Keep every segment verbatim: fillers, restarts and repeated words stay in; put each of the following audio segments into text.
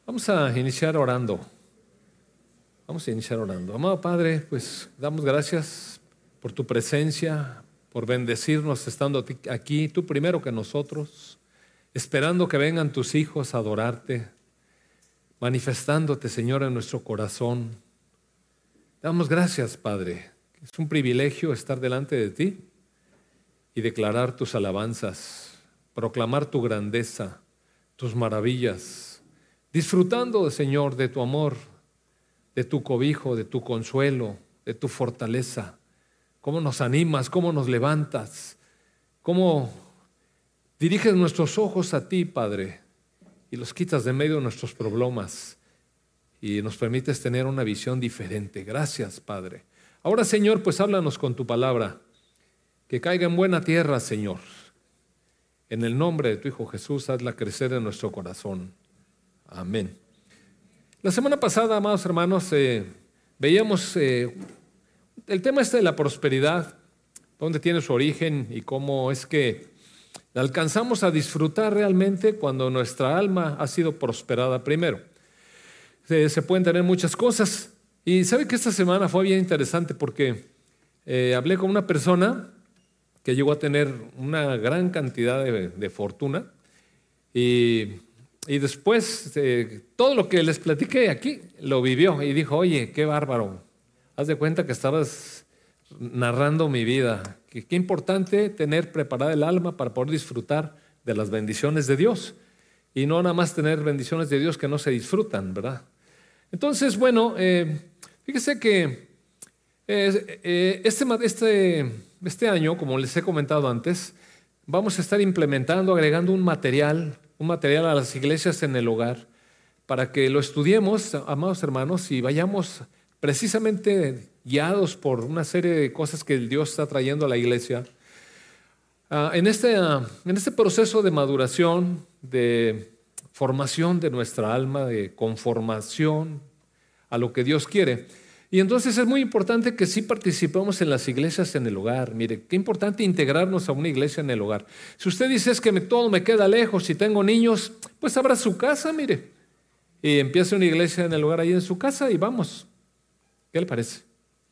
Vamos a iniciar orando. Vamos a iniciar orando. Amado Padre, pues damos gracias por tu presencia, por bendecirnos estando aquí, tú primero que nosotros, esperando que vengan tus hijos a adorarte, manifestándote, Señor, en nuestro corazón. Damos gracias, Padre. Es un privilegio estar delante de ti y declarar tus alabanzas, proclamar tu grandeza, tus maravillas, disfrutando, Señor, de tu amor, de tu cobijo, de tu consuelo, de tu fortaleza. Cómo nos animas, cómo nos levantas, cómo diriges nuestros ojos a ti, Padre, y los quitas de medio de nuestros problemas y nos permites tener una visión diferente. Gracias, Padre. Ahora, Señor, pues háblanos con tu palabra, que caiga en buena tierra, Señor. En el nombre de tu Hijo Jesús, hazla crecer en nuestro corazón. Amén. La semana pasada, amados hermanos, eh, veíamos eh, el tema este de la prosperidad, dónde tiene su origen y cómo es que alcanzamos a disfrutar realmente cuando nuestra alma ha sido prosperada primero. Se, se pueden tener muchas cosas. Y sabe que esta semana fue bien interesante porque eh, hablé con una persona que llegó a tener una gran cantidad de, de fortuna y, y después eh, todo lo que les platiqué aquí lo vivió y dijo, oye, qué bárbaro, haz de cuenta que estabas narrando mi vida. Qué, qué importante tener preparada el alma para poder disfrutar de las bendiciones de Dios y no nada más tener bendiciones de Dios que no se disfrutan, ¿verdad? Entonces, bueno, eh, fíjese que eh, eh, este, este, este año, como les he comentado antes, vamos a estar implementando, agregando un material, un material a las iglesias en el hogar para que lo estudiemos, amados hermanos, y vayamos precisamente guiados por una serie de cosas que Dios está trayendo a la iglesia. Uh, en, este, uh, en este proceso de maduración, de formación de nuestra alma, de conformación a lo que Dios quiere. Y entonces es muy importante que sí participemos en las iglesias en el hogar. Mire, qué importante integrarnos a una iglesia en el hogar. Si usted dice es que me, todo me queda lejos y tengo niños, pues abra su casa, mire, y empiece una iglesia en el hogar ahí en su casa y vamos. ¿Qué le parece?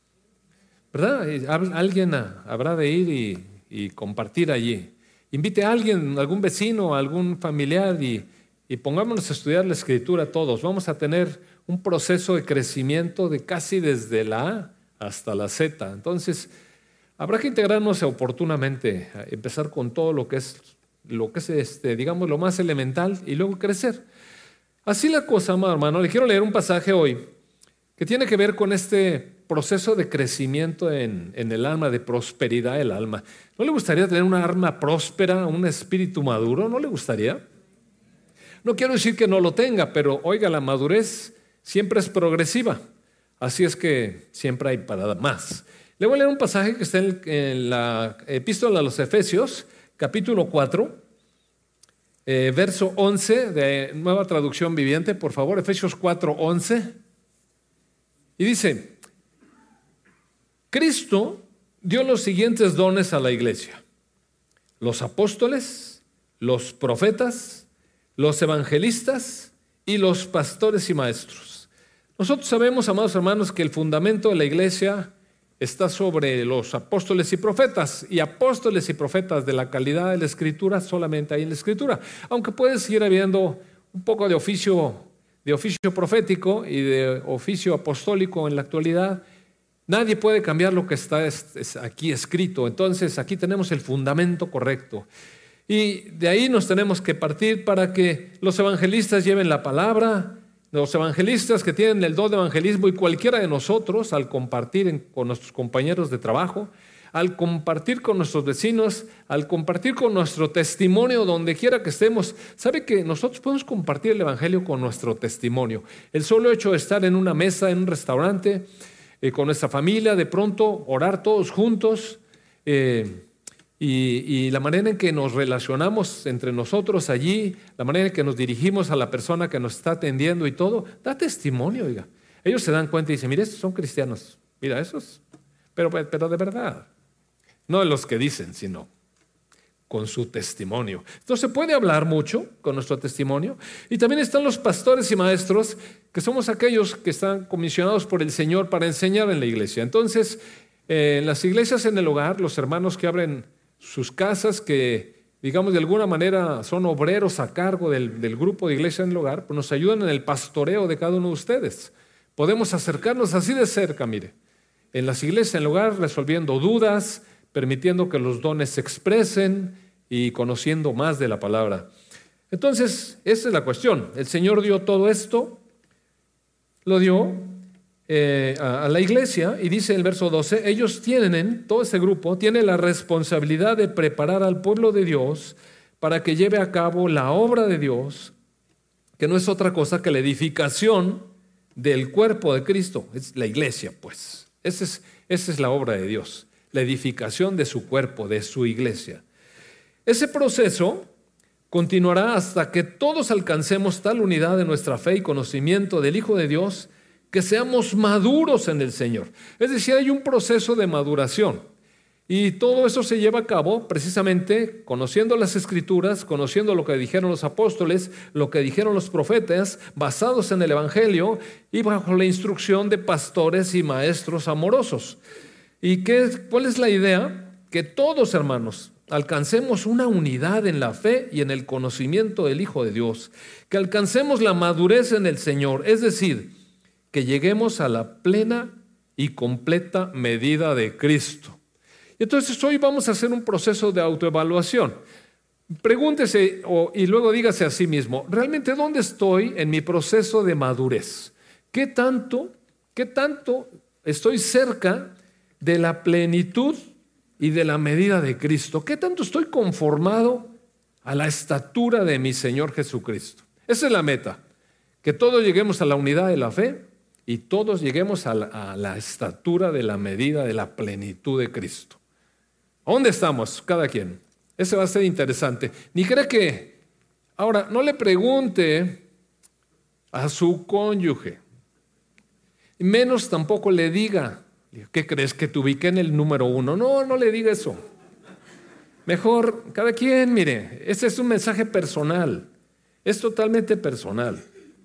¿Verdad? Alguien habrá de ir y, y compartir allí. Invite a alguien, algún vecino, algún familiar y Y pongámonos a estudiar la Escritura todos. Vamos a tener un proceso de crecimiento de casi desde la A hasta la Z. Entonces, habrá que integrarnos oportunamente, empezar con todo lo que es, lo que es este, digamos, lo más elemental y luego crecer. Así la cosa, amado hermano. Le quiero leer un pasaje hoy que tiene que ver con este proceso de crecimiento en, en el alma, de prosperidad del alma. ¿No le gustaría tener una alma próspera, un espíritu maduro? ¿No le gustaría? No quiero decir que no lo tenga, pero oiga, la madurez siempre es progresiva, así es que siempre hay para más. Le voy a leer un pasaje que está en, en la Epístola a los Efesios, capítulo cuatro, eh, verso once, de Nueva Traducción Viviente, por favor, Efesios cuatro, once, y dice, Cristo dio los siguientes dones a la iglesia: los apóstoles, los profetas, los evangelistas y los pastores y maestros. Nosotros sabemos, amados hermanos, que el fundamento de la iglesia está sobre los apóstoles y profetas, y apóstoles y profetas de la calidad de la Escritura solamente hay en la Escritura, aunque puede seguir habiendo un poco de oficio, de oficio profético y de oficio apostólico en la actualidad. Nadie puede cambiar lo que está aquí escrito. Entonces aquí tenemos el fundamento correcto. Y de ahí nos tenemos que partir para que los evangelistas lleven la palabra, los evangelistas que tienen el don de evangelismo y cualquiera de nosotros al compartir en, con nuestros compañeros de trabajo, al compartir con nuestros vecinos, al compartir con nuestro testimonio donde quiera que estemos. ¿Sabe que nosotros podemos compartir el evangelio con nuestro testimonio? El solo hecho de estar en una mesa, en un restaurante, eh, con nuestra familia, de pronto orar todos juntos, eh, Y, y la manera en que nos relacionamos entre nosotros allí, la manera en que nos dirigimos a la persona que nos está atendiendo y todo, da testimonio, oiga. Ellos se dan cuenta y dicen, mira, estos son cristianos, mira, esos, pero, pero de verdad, no de los que dicen, sino con su testimonio. Entonces se puede hablar mucho con nuestro testimonio. Y también están los pastores y maestros, que somos aquellos que están comisionados por el Señor para enseñar en la iglesia. Entonces, eh, en las iglesias en el hogar, los hermanos que abren sus casas, que digamos de alguna manera son obreros a cargo del, del grupo de iglesia en el hogar, pues nos ayudan en el pastoreo de cada uno de ustedes. Podemos acercarnos así de cerca, mire, en las iglesias en el hogar, resolviendo dudas, permitiendo que los dones se expresen y conociendo más de la palabra. Entonces, esa es la cuestión. El Señor dio todo esto, lo dio eh, a, a la iglesia, y dice en el verso doce, ellos tienen, todo ese grupo, tiene la responsabilidad de preparar al pueblo de Dios para que lleve a cabo la obra de Dios, que no es otra cosa que la edificación del cuerpo de Cristo, es la iglesia, pues. Esa es, esa es la obra de Dios. La edificación de su cuerpo, de su iglesia. Ese proceso continuará hasta que todos alcancemos tal unidad de nuestra fe y conocimiento del Hijo de Dios que seamos maduros en el Señor. Es decir, hay un proceso de maduración y todo eso se lleva a cabo precisamente conociendo las Escrituras, conociendo lo que dijeron los apóstoles, lo que dijeron los profetas, basados en el Evangelio y bajo la instrucción de pastores y maestros amorosos. ¿Y qué, cuál es la idea? Que todos, hermanos, alcancemos una unidad en la fe y en el conocimiento del Hijo de Dios, que alcancemos la madurez en el Señor, es decir, que lleguemos a la plena y completa medida de Cristo. Entonces hoy vamos a hacer un proceso de autoevaluación. Pregúntese o, y luego dígase a sí mismo, ¿realmente dónde estoy en mi proceso de madurez? ¿Qué tanto, qué tanto estoy cerca de la plenitud y de la medida de Cristo? ¿Qué tanto estoy conformado a la estatura de mi Señor Jesucristo? Esa es la meta, que todos lleguemos a la unidad de la fe y todos lleguemos a la, a la estatura de la medida de la plenitud de Cristo. ¿A dónde estamos cada quien? Ese va a ser interesante. Ni cree que, ahora, no le pregunte a su cónyuge, menos tampoco le diga, ¿qué crees que te ubiqué en el número uno? No, no le diga eso. Mejor, cada quien, mire, este es un mensaje personal, es totalmente personal.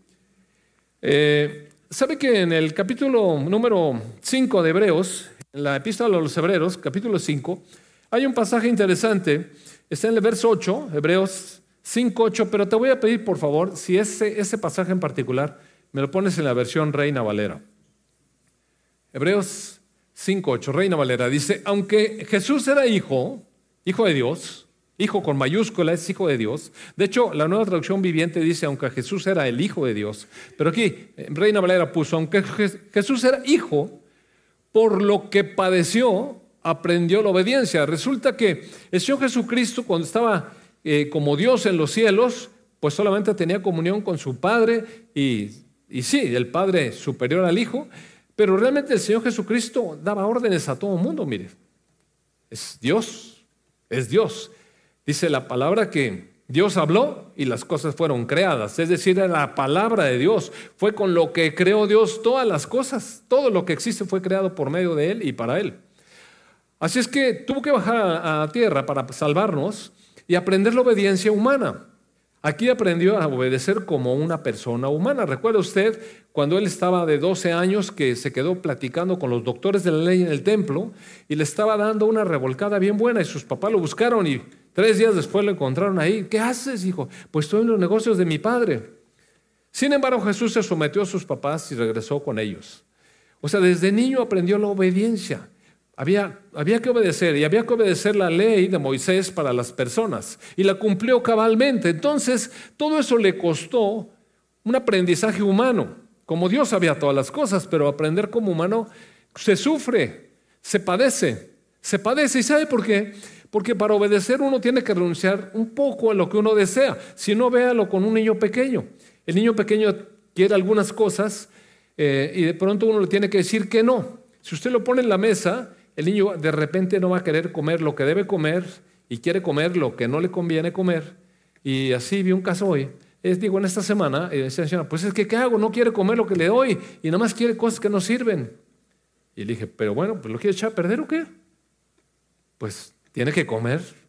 Eh, ¿Sabe que en el capítulo número cinco de Hebreos, en la epístola a los Hebreos, capítulo cinco, hay un pasaje interesante, está en el verso ocho, Hebreos cinco, ocho, pero te voy a pedir, por favor, si ese, ese pasaje en particular me lo pones en la versión Reina Valera. Hebreos cinco, ocho, Reina Valera, dice, aunque Jesús era hijo, hijo de Dios, hijo con mayúscula es hijo de Dios. De hecho, la Nueva Traducción Viviente dice, aunque Jesús era el hijo de Dios. Pero aquí, Reina Valera puso, aunque Jesús era hijo, por lo que padeció, aprendió la obediencia. Resulta que el Señor Jesucristo, cuando estaba eh, como Dios en los cielos, pues solamente tenía comunión con su Padre y, y sí, el Padre superior al Hijo, pero realmente el Señor Jesucristo daba órdenes a todo el mundo, mire. Es Dios, es Dios. Dice la palabra que Dios habló y las cosas fueron creadas, es decir, la palabra de Dios. Fue con lo que creó Dios todas las cosas, todo lo que existe fue creado por medio de Él y para Él. Así es que tuvo que bajar a, a tierra para salvarnos y aprender la obediencia humana. Aquí aprendió a obedecer como una persona humana. ¿Recuerda usted cuando él estaba de doce años que se quedó platicando con los doctores de la ley en el templo y le estaba dando una revolcada bien buena y sus papás lo buscaron y tres días después lo encontraron ahí? ¿Qué haces, hijo? Pues estoy en los negocios de mi padre. Sin embargo, Jesús se sometió a sus papás y regresó con ellos. O sea, desde niño aprendió la obediencia. Había, había que obedecer y había que obedecer la ley de Moisés para las personas y la cumplió cabalmente. Entonces, todo eso le costó un aprendizaje humano. Como Dios sabía todas las cosas, pero aprender como humano se sufre, se padece, se padece. ¿Y sabe por qué? Porque para obedecer uno tiene que renunciar un poco a lo que uno desea. Si no, véalo con un niño pequeño. El niño pequeño quiere algunas cosas eh, y de pronto uno le tiene que decir que no. Si usted lo pone en la mesa, el niño de repente no va a querer comer lo que debe comer y quiere comer lo que no le conviene comer. Y así vi un caso hoy. Es, digo, en esta semana, eh, decía la señora, pues es que ¿qué hago? No quiere comer lo que le doy y nada más quiere cosas que no sirven. Y le dije, pero bueno, pues ¿lo quiere echar a perder o qué? Pues tiene que comer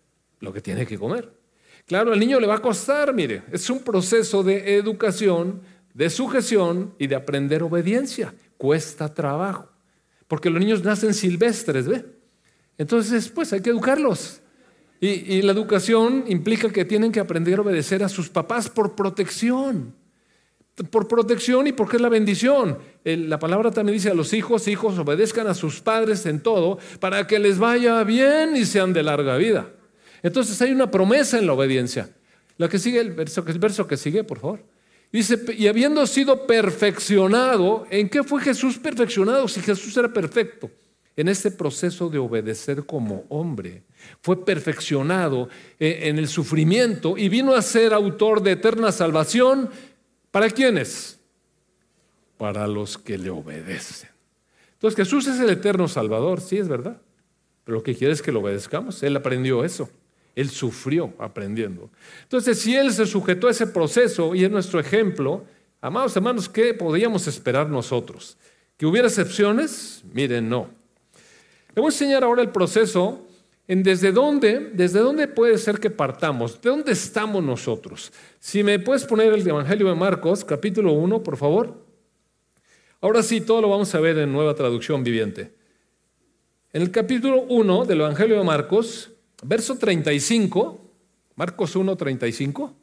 lo que tiene que comer. Claro, al niño le va a costar, mire, es un proceso de educación, de sujeción y de aprender obediencia. Cuesta trabajo, porque los niños nacen silvestres, ¿ve? Entonces, pues hay que educarlos. Y, y la educación implica que tienen que aprender a obedecer a sus papás por protección. Por protección y porque es la bendición. El, la palabra también dice a los hijos, hijos obedezcan a sus padres en todo para que les vaya bien y sean de larga vida. Entonces hay una promesa en la obediencia. La que sigue, el verso, el verso que sigue, por favor. Dice, y habiendo sido perfeccionado, ¿en qué fue Jesús perfeccionado? Si Jesús era perfecto. En este proceso de obedecer como hombre. Fue perfeccionado en el sufrimiento y vino a ser autor de eterna salvación. ¿Para quiénes? Para los que le obedecen. Entonces Jesús es el eterno Salvador, sí es verdad, pero lo que quiere es que lo obedezcamos. Él aprendió eso, Él sufrió aprendiendo. Entonces si Él se sujetó a ese proceso y es nuestro ejemplo, amados hermanos, ¿qué podríamos esperar nosotros? ¿Que hubiera excepciones? Miren, no. Le voy a enseñar ahora el proceso en desde dónde, desde dónde puede ser que partamos, de dónde estamos nosotros. Si me puedes poner el Evangelio de Marcos, capítulo uno, por favor. Ahora sí, todo lo vamos a ver en Nueva Traducción Viviente. En el capítulo uno del Evangelio de Marcos, verso treinta y cinco, Marcos uno, treinta y cinco,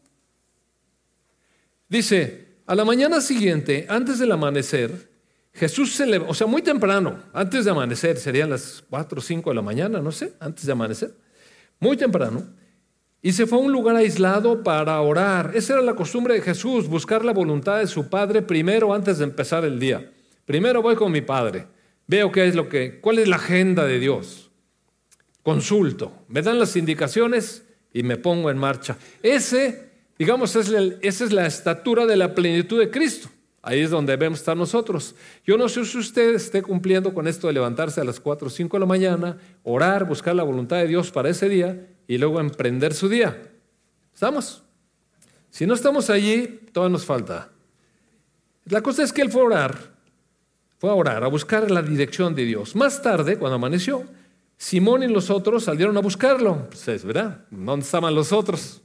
dice, a la mañana siguiente, antes del amanecer, Jesús se levantó, o sea, muy temprano, antes de amanecer, serían las cuatro o cinco de la mañana, no sé, antes de amanecer, muy temprano, y se fue a un lugar aislado para orar. Esa era la costumbre de Jesús, buscar la voluntad de su Padre primero antes de empezar el día. Primero voy con mi Padre, veo qué es lo que, cuál es la agenda de Dios, consulto, me dan las indicaciones y me pongo en marcha. Ese, digamos, es la, esa es la estatura de la plenitud de Cristo. Ahí es donde debemos estar nosotros. Yo no sé si usted esté cumpliendo con esto de levantarse a las cuatro o cinco de la mañana, orar, buscar la voluntad de Dios para ese día y luego emprender su día. ¿Estamos? Si no estamos allí, todavía nos falta. La cosa es que él fue a orar, fue a orar, a buscar la dirección de Dios. Más tarde, cuando amaneció, Simón y los otros salieron a buscarlo. Pues es verdad, ¿dónde estaban los otros?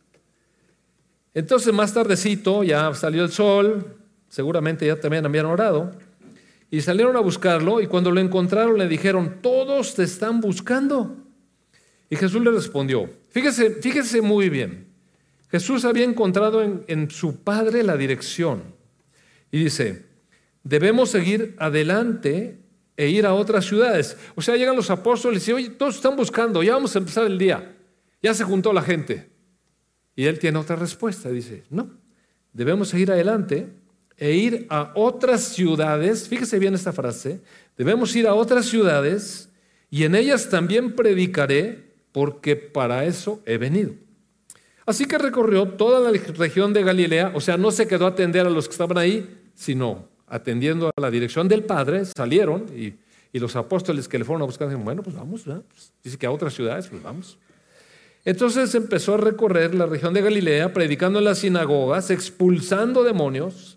Entonces, más tardecito, ya salió el sol. Seguramente ya también habían orado y salieron a buscarlo y cuando lo encontraron le dijeron, todos te están buscando. Y Jesús le respondió, fíjese, fíjese muy bien, Jesús había encontrado en, en su Padre la dirección y dice, debemos seguir adelante e ir a otras ciudades. O sea, llegan los apóstoles y dicen, oye, todos están buscando, ya vamos a empezar el día, ya se juntó la gente. Y él tiene otra respuesta, dice, no, debemos seguir adelante e ir a otras ciudades, fíjese bien esta frase, debemos ir a otras ciudades y en ellas también predicaré porque para eso he venido. Así que recorrió toda la región de Galilea, o sea, no se quedó a atender a los que estaban ahí, sino atendiendo a la dirección del Padre, salieron y, y los apóstoles que le fueron a buscar dijeron, bueno, pues vamos, ¿verdad? Pues dice que a otras ciudades, pues vamos. Entonces empezó a recorrer la región de Galilea, predicando en las sinagogas, expulsando demonios.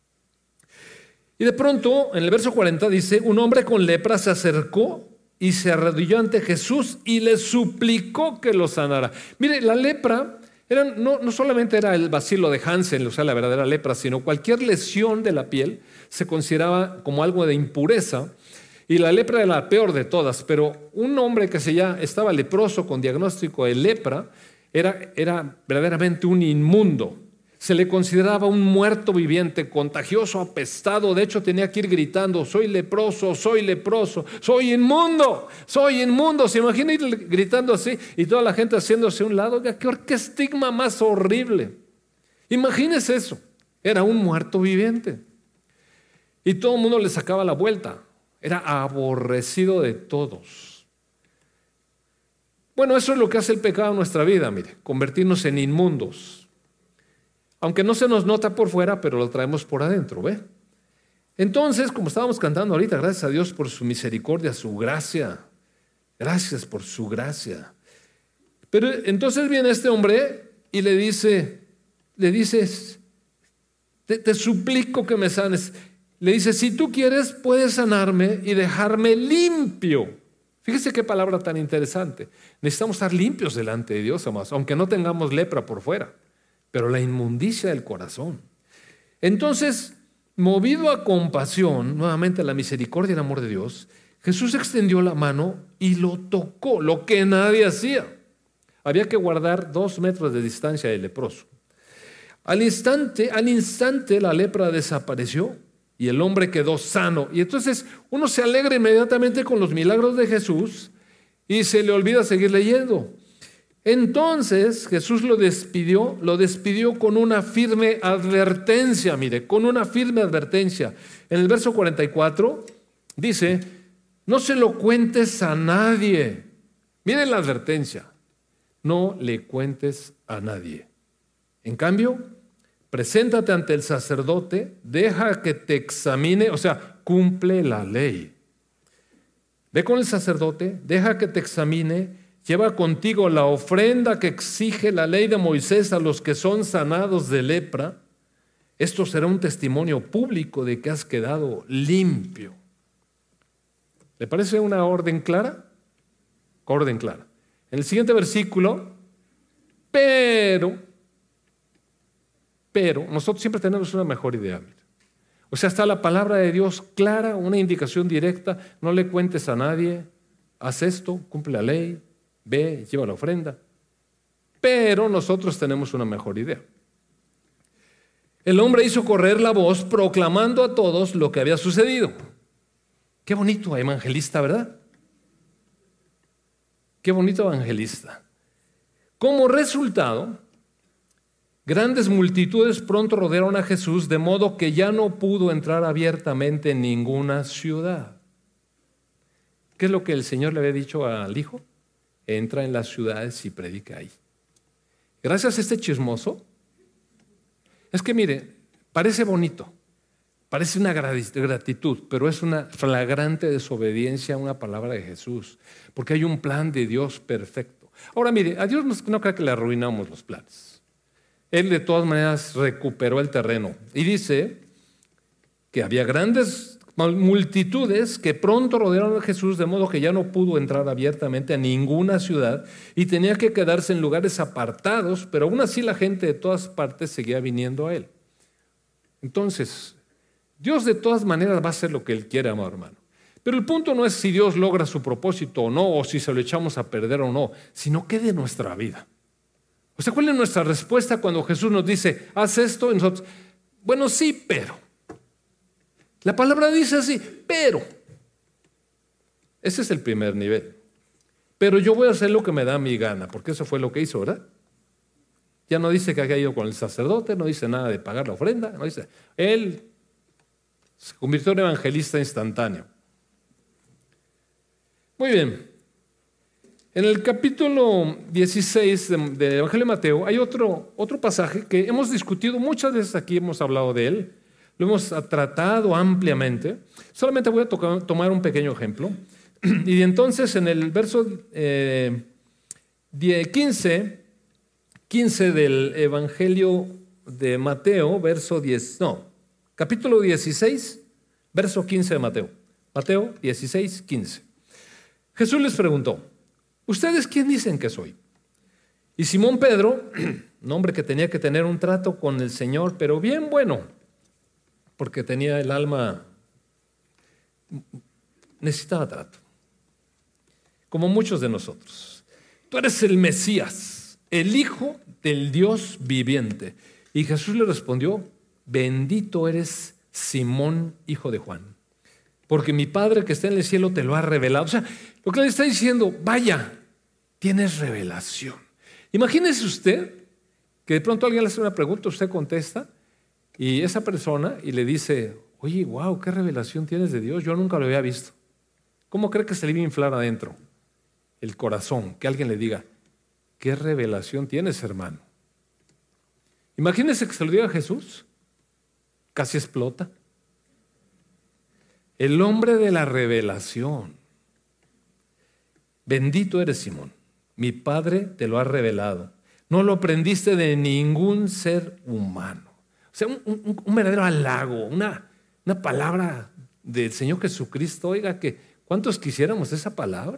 Y de pronto, en el verso cuarenta dice, un hombre con lepra se acercó y se arrodilló ante Jesús y le suplicó que lo sanara. Mire, la lepra era, no, no solamente era el bacilo de Hansen, o sea, la verdadera lepra, sino cualquier lesión de la piel se consideraba como algo de impureza. Y la lepra era la peor de todas, pero un hombre que se ya estaba leproso con diagnóstico de lepra era, era verdaderamente un inmundo. Se le consideraba un muerto viviente, contagioso, apestado. De hecho, tenía que ir gritando, soy leproso, soy leproso, soy inmundo, soy inmundo. ¿Se imagina ir gritando así y toda la gente haciéndose a un lado? ¿Qué, qué estigma más horrible? Imagínese eso. Era un muerto viviente. Y todo el mundo le sacaba la vuelta. Era aborrecido de todos. Bueno, eso es lo que hace el pecado en nuestra vida, mire, convertirnos en inmundos. Aunque no se nos nota por fuera, pero lo traemos por adentro, ¿ve? Entonces, como estábamos cantando ahorita, gracias a Dios por su misericordia, su gracia. Gracias por su gracia. Pero entonces viene este hombre y le dice, le dices, te, te suplico que me sanes. Le dice, si tú quieres, puedes sanarme y dejarme limpio. Fíjese qué palabra tan interesante. Necesitamos estar limpios delante de Dios, amados, aunque no tengamos lepra por fuera, pero la inmundicia del corazón. Entonces, movido a compasión, nuevamente a la misericordia y el amor de Dios, Jesús extendió la mano y lo tocó, lo que nadie hacía. Había que guardar dos metros de distancia del leproso. Al instante, al instante la lepra desapareció y el hombre quedó sano. Y entonces uno se alegra inmediatamente con los milagros de Jesús y se le olvida seguir leyendo. Entonces Jesús lo despidió, lo despidió con una firme advertencia, mire, con una firme advertencia. En el verso cuarenta y cuatro dice, no se lo cuentes a nadie. Miren la advertencia, no le cuentes a nadie. En cambio, preséntate ante el sacerdote, deja que te examine, o sea, cumple la ley. Ve con el sacerdote, deja que te examine, lleva contigo la ofrenda que exige la ley de Moisés a los que son sanados de lepra. Esto será un testimonio público de que has quedado limpio. ¿Le parece una orden clara? Orden clara. En el siguiente versículo, pero... Pero nosotros siempre tenemos una mejor idea. O sea, está la palabra de Dios clara, una indicación directa. No le cuentes a nadie, haz esto, cumple la ley, ve, lleva la ofrenda. Pero nosotros tenemos una mejor idea. El hombre hizo correr la voz proclamando a todos lo que había sucedido. Qué bonito evangelista, ¿verdad? Qué bonito evangelista. Como resultado, grandes multitudes pronto rodearon a Jesús, de modo que ya no pudo entrar abiertamente en ninguna ciudad. ¿Qué es lo que el Señor le había dicho al Hijo? Entra en las ciudades y predica ahí. Gracias a este chismoso, es que mire, parece bonito, parece una gratitud, pero es una flagrante desobediencia a una palabra de Jesús, porque hay un plan de Dios perfecto. Ahora mire, a Dios no creo que le arruinamos los planes. Él de todas maneras recuperó el terreno y dice que había grandes multitudes que pronto rodearon a Jesús, de modo que ya no pudo entrar abiertamente a ninguna ciudad y tenía que quedarse en lugares apartados, pero aún así la gente de todas partes seguía viniendo a él. Entonces, Dios de todas maneras va a hacer lo que Él quiere, amado hermano. Pero el punto no es si Dios logra su propósito o no, o si se lo echamos a perder o no, sino qué de nuestra vida. O sea, ¿cuál es nuestra respuesta cuando Jesús nos dice, haz esto? Y nosotros, bueno, sí, pero. La palabra dice así, pero. Ese es el primer nivel. Pero yo voy a hacer lo que me da mi gana, porque eso fue lo que hizo, ¿verdad? Ya no dice que haya ido con el sacerdote, no dice nada de pagar la ofrenda, no dice. Él se convirtió en evangelista instantáneo. Muy bien. En el capítulo dieciséis del Evangelio de Mateo hay otro, otro pasaje que hemos discutido muchas veces aquí, hemos hablado de él, lo hemos tratado ampliamente. Solamente voy a tocar, tomar un pequeño ejemplo. Y entonces en el verso eh, quince, quince del Evangelio de Mateo, verso diez, no, capítulo dieciséis, verso quince de Mateo. Mateo dieciséis, quince. Jesús les preguntó, ¿ustedes quién dicen que soy? Y Simón Pedro, un hombre que tenía que tener un trato con el Señor, pero bien bueno, porque tenía el alma, necesitaba trato, como muchos de nosotros. Tú eres el Mesías, el Hijo del Dios viviente. Y Jesús le respondió, bendito eres Simón, hijo de Juan, porque mi Padre que está en el cielo te lo ha revelado. O sea, lo que le está diciendo, vaya, tienes revelación. Imagínese usted que de pronto alguien le hace una pregunta, usted contesta, y esa persona y le dice, oye, wow, qué revelación tienes de Dios, yo nunca lo había visto. ¿Cómo cree que se le iba a inflar adentro el corazón? Que alguien le diga, ¿qué revelación tienes, hermano? Imagínese que se lo diga a Jesús, casi explota. El hombre de la revelación. Bendito eres, Simón. Mi Padre te lo ha revelado. No lo aprendiste de ningún ser humano. O sea, un, un, un verdadero halago, una, una palabra del Señor Jesucristo. Oiga, que ¿Cuántos quisiéramos esa palabra?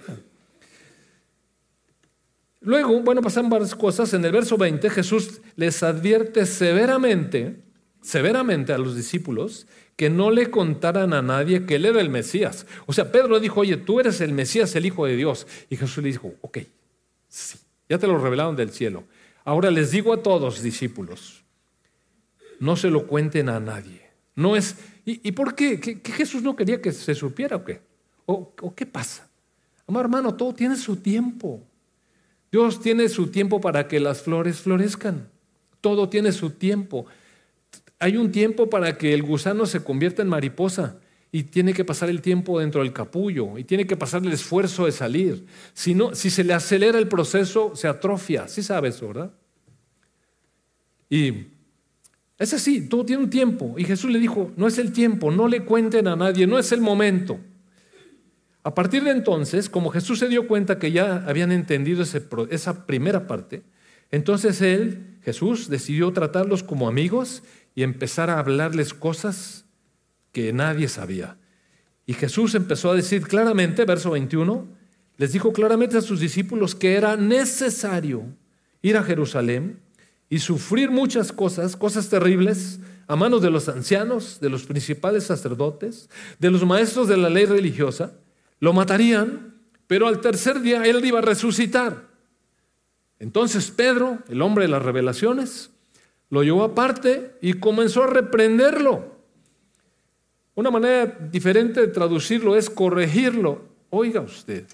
Luego, bueno, pasan varias cosas. En el verso veinte, Jesús les advierte severamente, severamente a los discípulos que no le contaran a nadie que él era el Mesías. O sea, Pedro dijo, oye, tú eres el Mesías, el Hijo de Dios. Y Jesús le dijo, ok, sí, ya te lo revelaron del cielo. Ahora les digo a todos, discípulos, no se lo cuenten a nadie. No es, ¿y, y por qué? ¿Que, que Jesús no quería que se supiera o qué? ¿O, o qué pasa? Amado hermano, todo tiene su tiempo. Dios tiene su tiempo para que las flores florezcan. Todo tiene su tiempo. Hay un tiempo para que el gusano se convierta en mariposa y tiene que pasar el tiempo dentro del capullo y tiene que pasar el esfuerzo de salir. Si no, si se le acelera el proceso, se atrofia. ¿Sí sabes eso, verdad? Y es así, todo tiene un tiempo. Y Jesús le dijo, no es el tiempo, no le cuenten a nadie, no es el momento. A partir de entonces, como Jesús se dio cuenta que ya habían entendido ese, esa primera parte, entonces él, Jesús, decidió tratarlos como amigos y empezar a hablarles cosas que nadie sabía. Y Jesús empezó a decir claramente, verso veintiuno, les dijo claramente a sus discípulos que era necesario ir a Jerusalén y sufrir muchas cosas, cosas terribles, a manos de los ancianos, de los principales sacerdotes, de los maestros de la ley religiosa. Lo matarían, pero al tercer día él iba a resucitar. Entonces Pedro, el hombre de las revelaciones, lo llevó aparte y comenzó a reprenderlo. Una manera diferente de traducirlo es corregirlo. Oiga usted,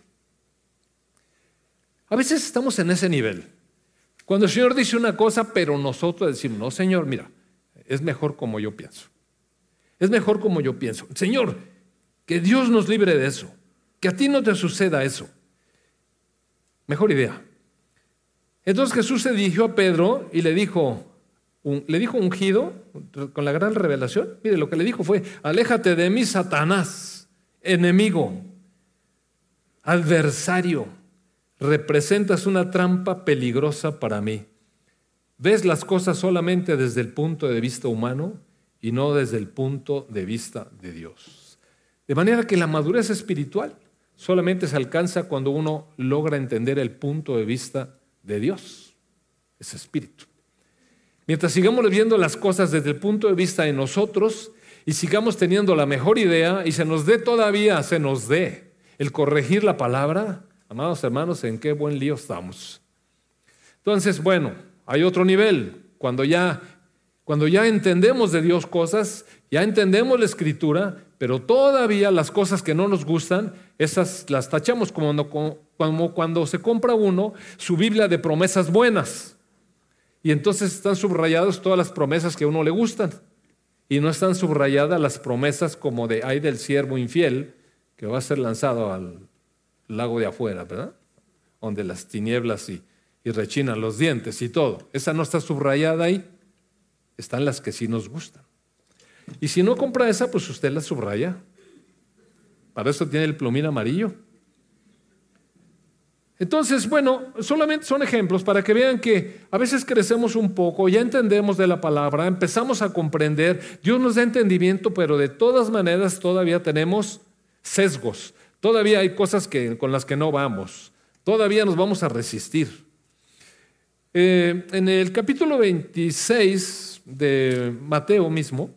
a veces estamos en ese nivel. Cuando el Señor dice una cosa, pero nosotros decimos, no, Señor, mira, es mejor como yo pienso. Es mejor como yo pienso. Señor, que Dios nos libre de eso. Que a ti no te suceda eso. Mejor idea. Entonces Jesús se dirigió a Pedro y le dijo, un, le dijo ungido, con la gran revelación. Mire, lo que le dijo fue, aléjate de mí, Satanás, enemigo, adversario. Representas una trampa peligrosa para mí. Ves las cosas solamente desde el punto de vista humano y no desde el punto de vista de Dios. De manera que la madurez espiritual solamente se alcanza cuando uno logra entender el punto de vista de Dios, ese espíritu. Mientras sigamos viendo las cosas desde el punto de vista de nosotros y sigamos teniendo la mejor idea y se nos dé todavía, se nos dé el corregir la palabra, amados hermanos, ¿en qué buen lío estamos? Entonces, bueno, hay otro nivel, cuando ya, cuando ya entendemos de Dios cosas, ya entendemos la Escritura, pero todavía las cosas que no nos gustan, esas las tachamos como, como cuando se compra uno su Biblia de promesas buenas. Y entonces están subrayadas todas las promesas que a uno le gustan. Y no están subrayadas las promesas como de ay del siervo infiel que va a ser lanzado al lago de afuera, ¿verdad? Donde las tinieblas y, y rechinan los dientes y todo. Esa no está subrayada ahí. Están las que sí nos gustan. Y si no compra esa, pues usted la subraya. Para eso tiene el plumín amarillo. Entonces, bueno, solamente son ejemplos para que vean que a veces crecemos un poco, ya entendemos de la palabra, empezamos a comprender, Dios nos da entendimiento, pero de todas maneras todavía tenemos sesgos, todavía hay cosas que, con las que no vamos, todavía nos vamos a resistir. Eh, en el capítulo veintiséis de Mateo mismo,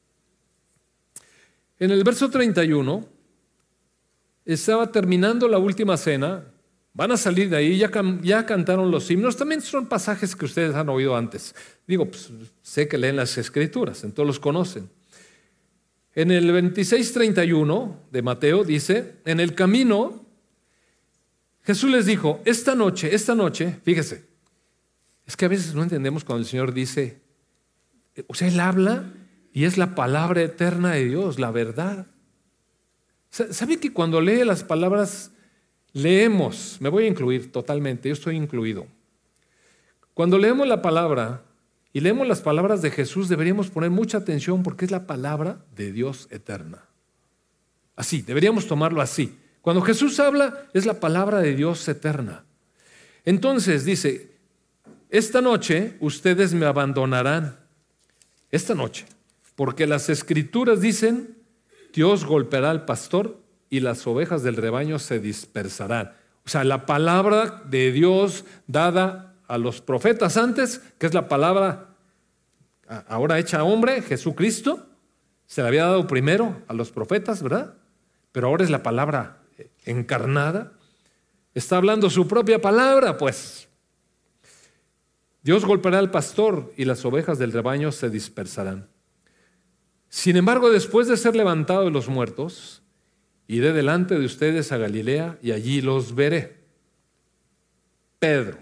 en el verso treinta y uno, estaba terminando la última cena, van a salir de ahí, ya, ya cantaron los himnos, también son pasajes que ustedes han oído antes. Digo, pues sé que leen las Escrituras, entonces los conocen. En el veintiséis treinta y uno de Mateo dice, en el camino, Jesús les dijo, esta noche, esta noche, fíjese, es que a veces no entendemos cuando el Señor dice, o sea, Él habla y es la palabra eterna de Dios, la verdad. ¿Sabe que cuando lee las palabras, leemos, me voy a incluir totalmente, yo estoy incluido. Cuando leemos la palabra y leemos las palabras de Jesús, deberíamos poner mucha atención porque es la palabra de Dios eterna. Así, deberíamos tomarlo así. Cuando Jesús habla, es la palabra de Dios eterna. Entonces dice, esta noche ustedes me abandonarán. Esta noche. Porque las Escrituras dicen, Dios golpeará al pastor y las ovejas del rebaño se dispersarán. O sea, la palabra de Dios dada a los profetas antes, que es la palabra ahora hecha hombre, Jesucristo, se la había dado primero a los profetas, ¿verdad? Pero ahora es la palabra encarnada. Está hablando su propia palabra, pues. Dios golpeará al pastor y las ovejas del rebaño se dispersarán. Sin embargo, después de ser levantado de los muertos, iré delante de ustedes a Galilea y allí los veré. Pedro.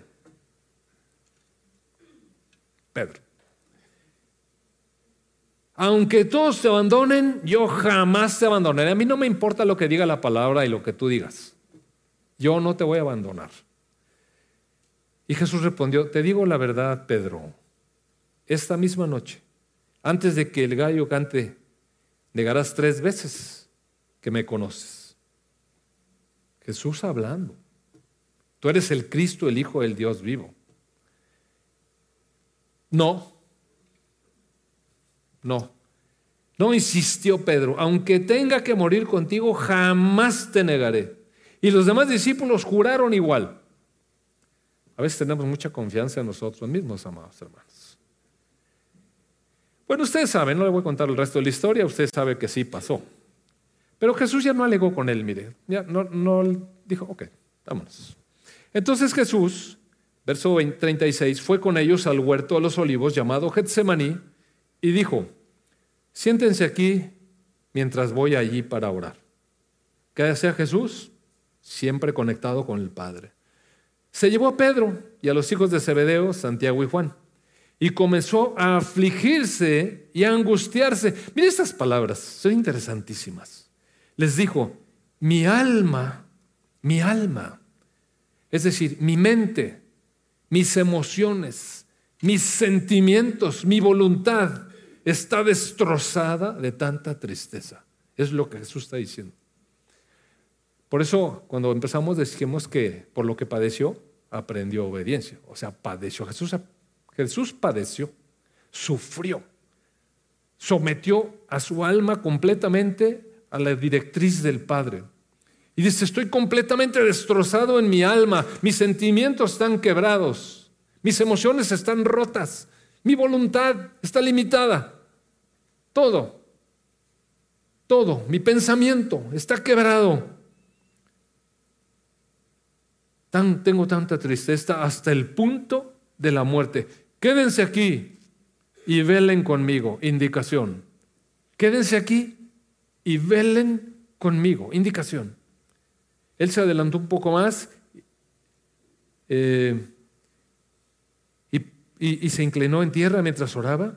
Pedro. Aunque todos te abandonen, yo jamás te abandonaré. A mí no me importa lo que diga la palabra y lo que tú digas. Yo no te voy a abandonar. Y Jesús respondió, te digo la verdad, Pedro, esta misma noche, antes de que el gallo cante, negarás tres veces que me conoces. Jesús hablando. Tú eres el Cristo, el Hijo del Dios vivo. No. No. No insistió Pedro, aunque tenga que morir contigo, jamás te negaré. Y los demás discípulos juraron igual. A veces tenemos mucha confianza en nosotros mismos, amados hermanos. Bueno, ustedes saben, no le voy a contar el resto de la historia, usted sabe que sí pasó. Pero Jesús ya no alegó con él, mire. Ya no, no dijo, ok, vámonos. Entonces Jesús, verso treinta y seis, fue con ellos al huerto de los olivos llamado Getsemaní y dijo, siéntense aquí mientras voy allí para orar. ¿Qué hacía Jesús? Siempre conectado con el Padre. Se llevó a Pedro y a los hijos de Zebedeo, Santiago y Juan, y comenzó a afligirse y a angustiarse. Mire estas palabras, son interesantísimas. Les dijo, mi alma, mi alma, es decir, mi mente, mis emociones, mis sentimientos, mi voluntad, está destrozada de tanta tristeza. Es lo que Jesús está diciendo. Por eso, cuando empezamos, decimos que por lo que padeció, aprendió obediencia. O sea, padeció. Jesús, Jesús padeció, sufrió, sometió a su alma completamente a la directriz del Padre. Y dice, estoy completamente destrozado en mi alma, mis sentimientos están quebrados, mis emociones están rotas, mi voluntad está limitada. Todo, todo, mi pensamiento está quebrado. Tan, tengo tanta tristeza hasta el punto de la muerte. Quédense aquí y velen conmigo. Indicación. Quédense aquí y velen conmigo. Indicación. Él se adelantó un poco más eh, y, y, y se inclinó en tierra mientras oraba.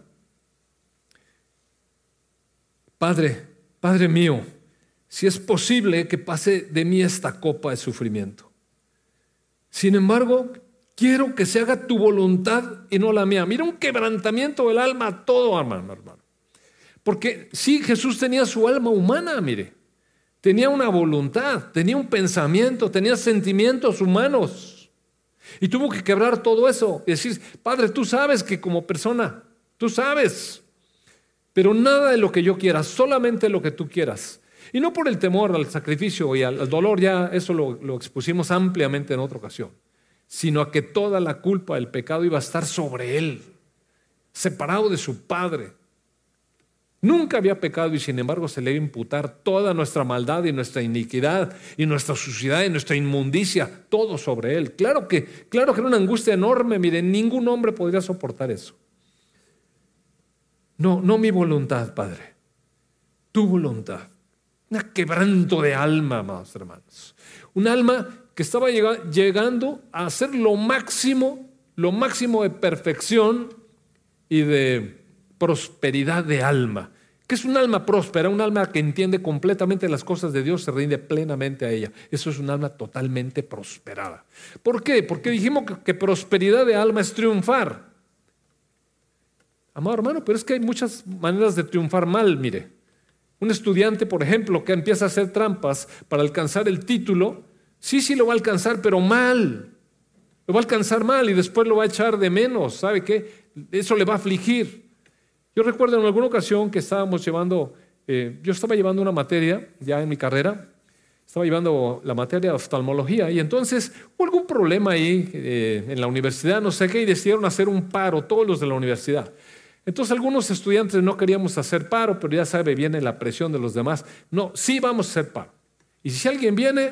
Padre, Padre mío, si es posible que pase de mí esta copa de sufrimiento. Sin embargo, quiero que se haga tu voluntad y no la mía. Mira un quebrantamiento del alma, todo, hermano, hermano. Porque sí, Jesús tenía su alma humana, mire. Tenía una voluntad, tenía un pensamiento, tenía sentimientos humanos. Y tuvo que quebrar todo eso y decir, Padre, tú sabes que como persona, tú sabes, pero nada de lo que yo quiera, solamente lo que tú quieras. Y no por el temor al sacrificio y al dolor, ya eso lo, lo expusimos ampliamente en otra ocasión, sino a que toda la culpa del pecado iba a estar sobre él, separado de su Padre. Nunca había pecado y sin embargo se le iba a imputar toda nuestra maldad y nuestra iniquidad y nuestra suciedad y nuestra inmundicia, todo sobre él. Claro que, claro que era una angustia enorme, miren, ningún hombre podría soportar eso. No, no mi voluntad, Padre, tu voluntad. Un quebranto de alma, amados hermanos. Un alma que estaba llegando a ser lo máximo, lo máximo de perfección y de prosperidad de alma. ¿Qué es un alma próspera? Un alma que entiende completamente las cosas de Dios, se rinde plenamente a ella. Eso es un alma totalmente prosperada. ¿Por qué? Porque dijimos que, que prosperidad de alma es triunfar. Amado hermano, pero es que hay muchas maneras de triunfar mal, mire. Un estudiante, por ejemplo, que empieza a hacer trampas para alcanzar el título, sí, sí lo va a alcanzar, pero mal. Lo va a alcanzar mal y después lo va a echar de menos. ¿Sabe qué? Eso le va a afligir. Yo recuerdo en alguna ocasión que estábamos llevando, eh, yo estaba llevando una materia ya en mi carrera Estaba llevando la materia de oftalmología y entonces hubo algún problema ahí eh, en la universidad, no sé qué, y decidieron hacer un paro, todos los de la universidad. Entonces algunos estudiantes no queríamos hacer paro, pero ya sabe, viene la presión de los demás. No, sí vamos a hacer paro. Y si alguien viene,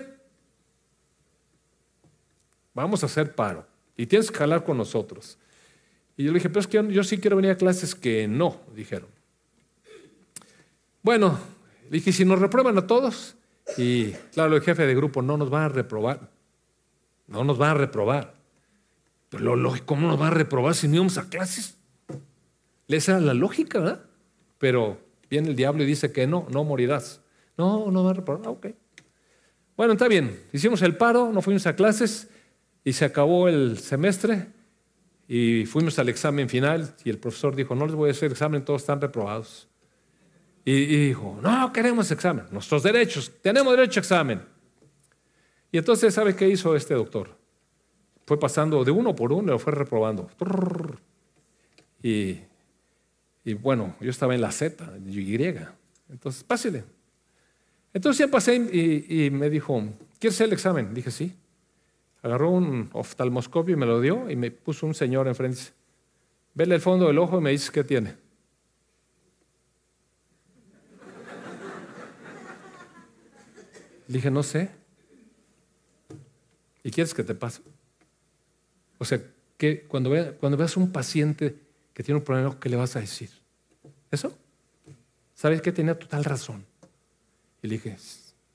vamos a hacer paro. Y tienes que jalar con nosotros. Y yo le dije, pero es que yo, yo sí quiero venir a clases. Que no, dijeron. Bueno, le dije, si nos reprueban a todos. Y claro, el jefe de grupo, no nos van a reprobar. No nos van a reprobar. Pero lo lógico, ¿cómo nos van a reprobar si no íbamos a clases? Esa era la lógica, ¿verdad? Pero viene el diablo y dice que no, no morirás. No, no va a reprobar. Ah, ok. Bueno, está bien. Hicimos el paro, no fuimos a clases y se acabó el semestre y fuimos al examen final y el profesor dijo, no les voy a hacer examen, todos están reprobados. Y, y dijo, no queremos examen, nuestros derechos, tenemos derecho a examen. Y entonces, ¿sabe qué hizo este doctor? Fue pasando de uno por uno y lo fue reprobando. Y, y bueno, yo estaba en la Z, Y. Entonces, pásele. Entonces ya pasé y, y me dijo, ¿quieres hacer el examen? Dije, sí. Agarró un oftalmoscopio y me lo dio y me puso un señor enfrente. Vele el fondo del ojo y me dice, ¿qué tiene? Le dije, no sé. ¿Y quieres que te pase? O sea, que cuando, ve, cuando veas un paciente que tiene un problema, ¿qué le vas a decir? ¿Eso? ¿Sabes qué? Tenía total razón. Y le dije,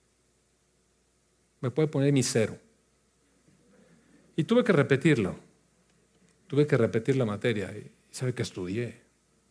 me puede poner mi cero. Y tuve que repetirlo. Tuve que repetir la materia. Y sabe que estudié.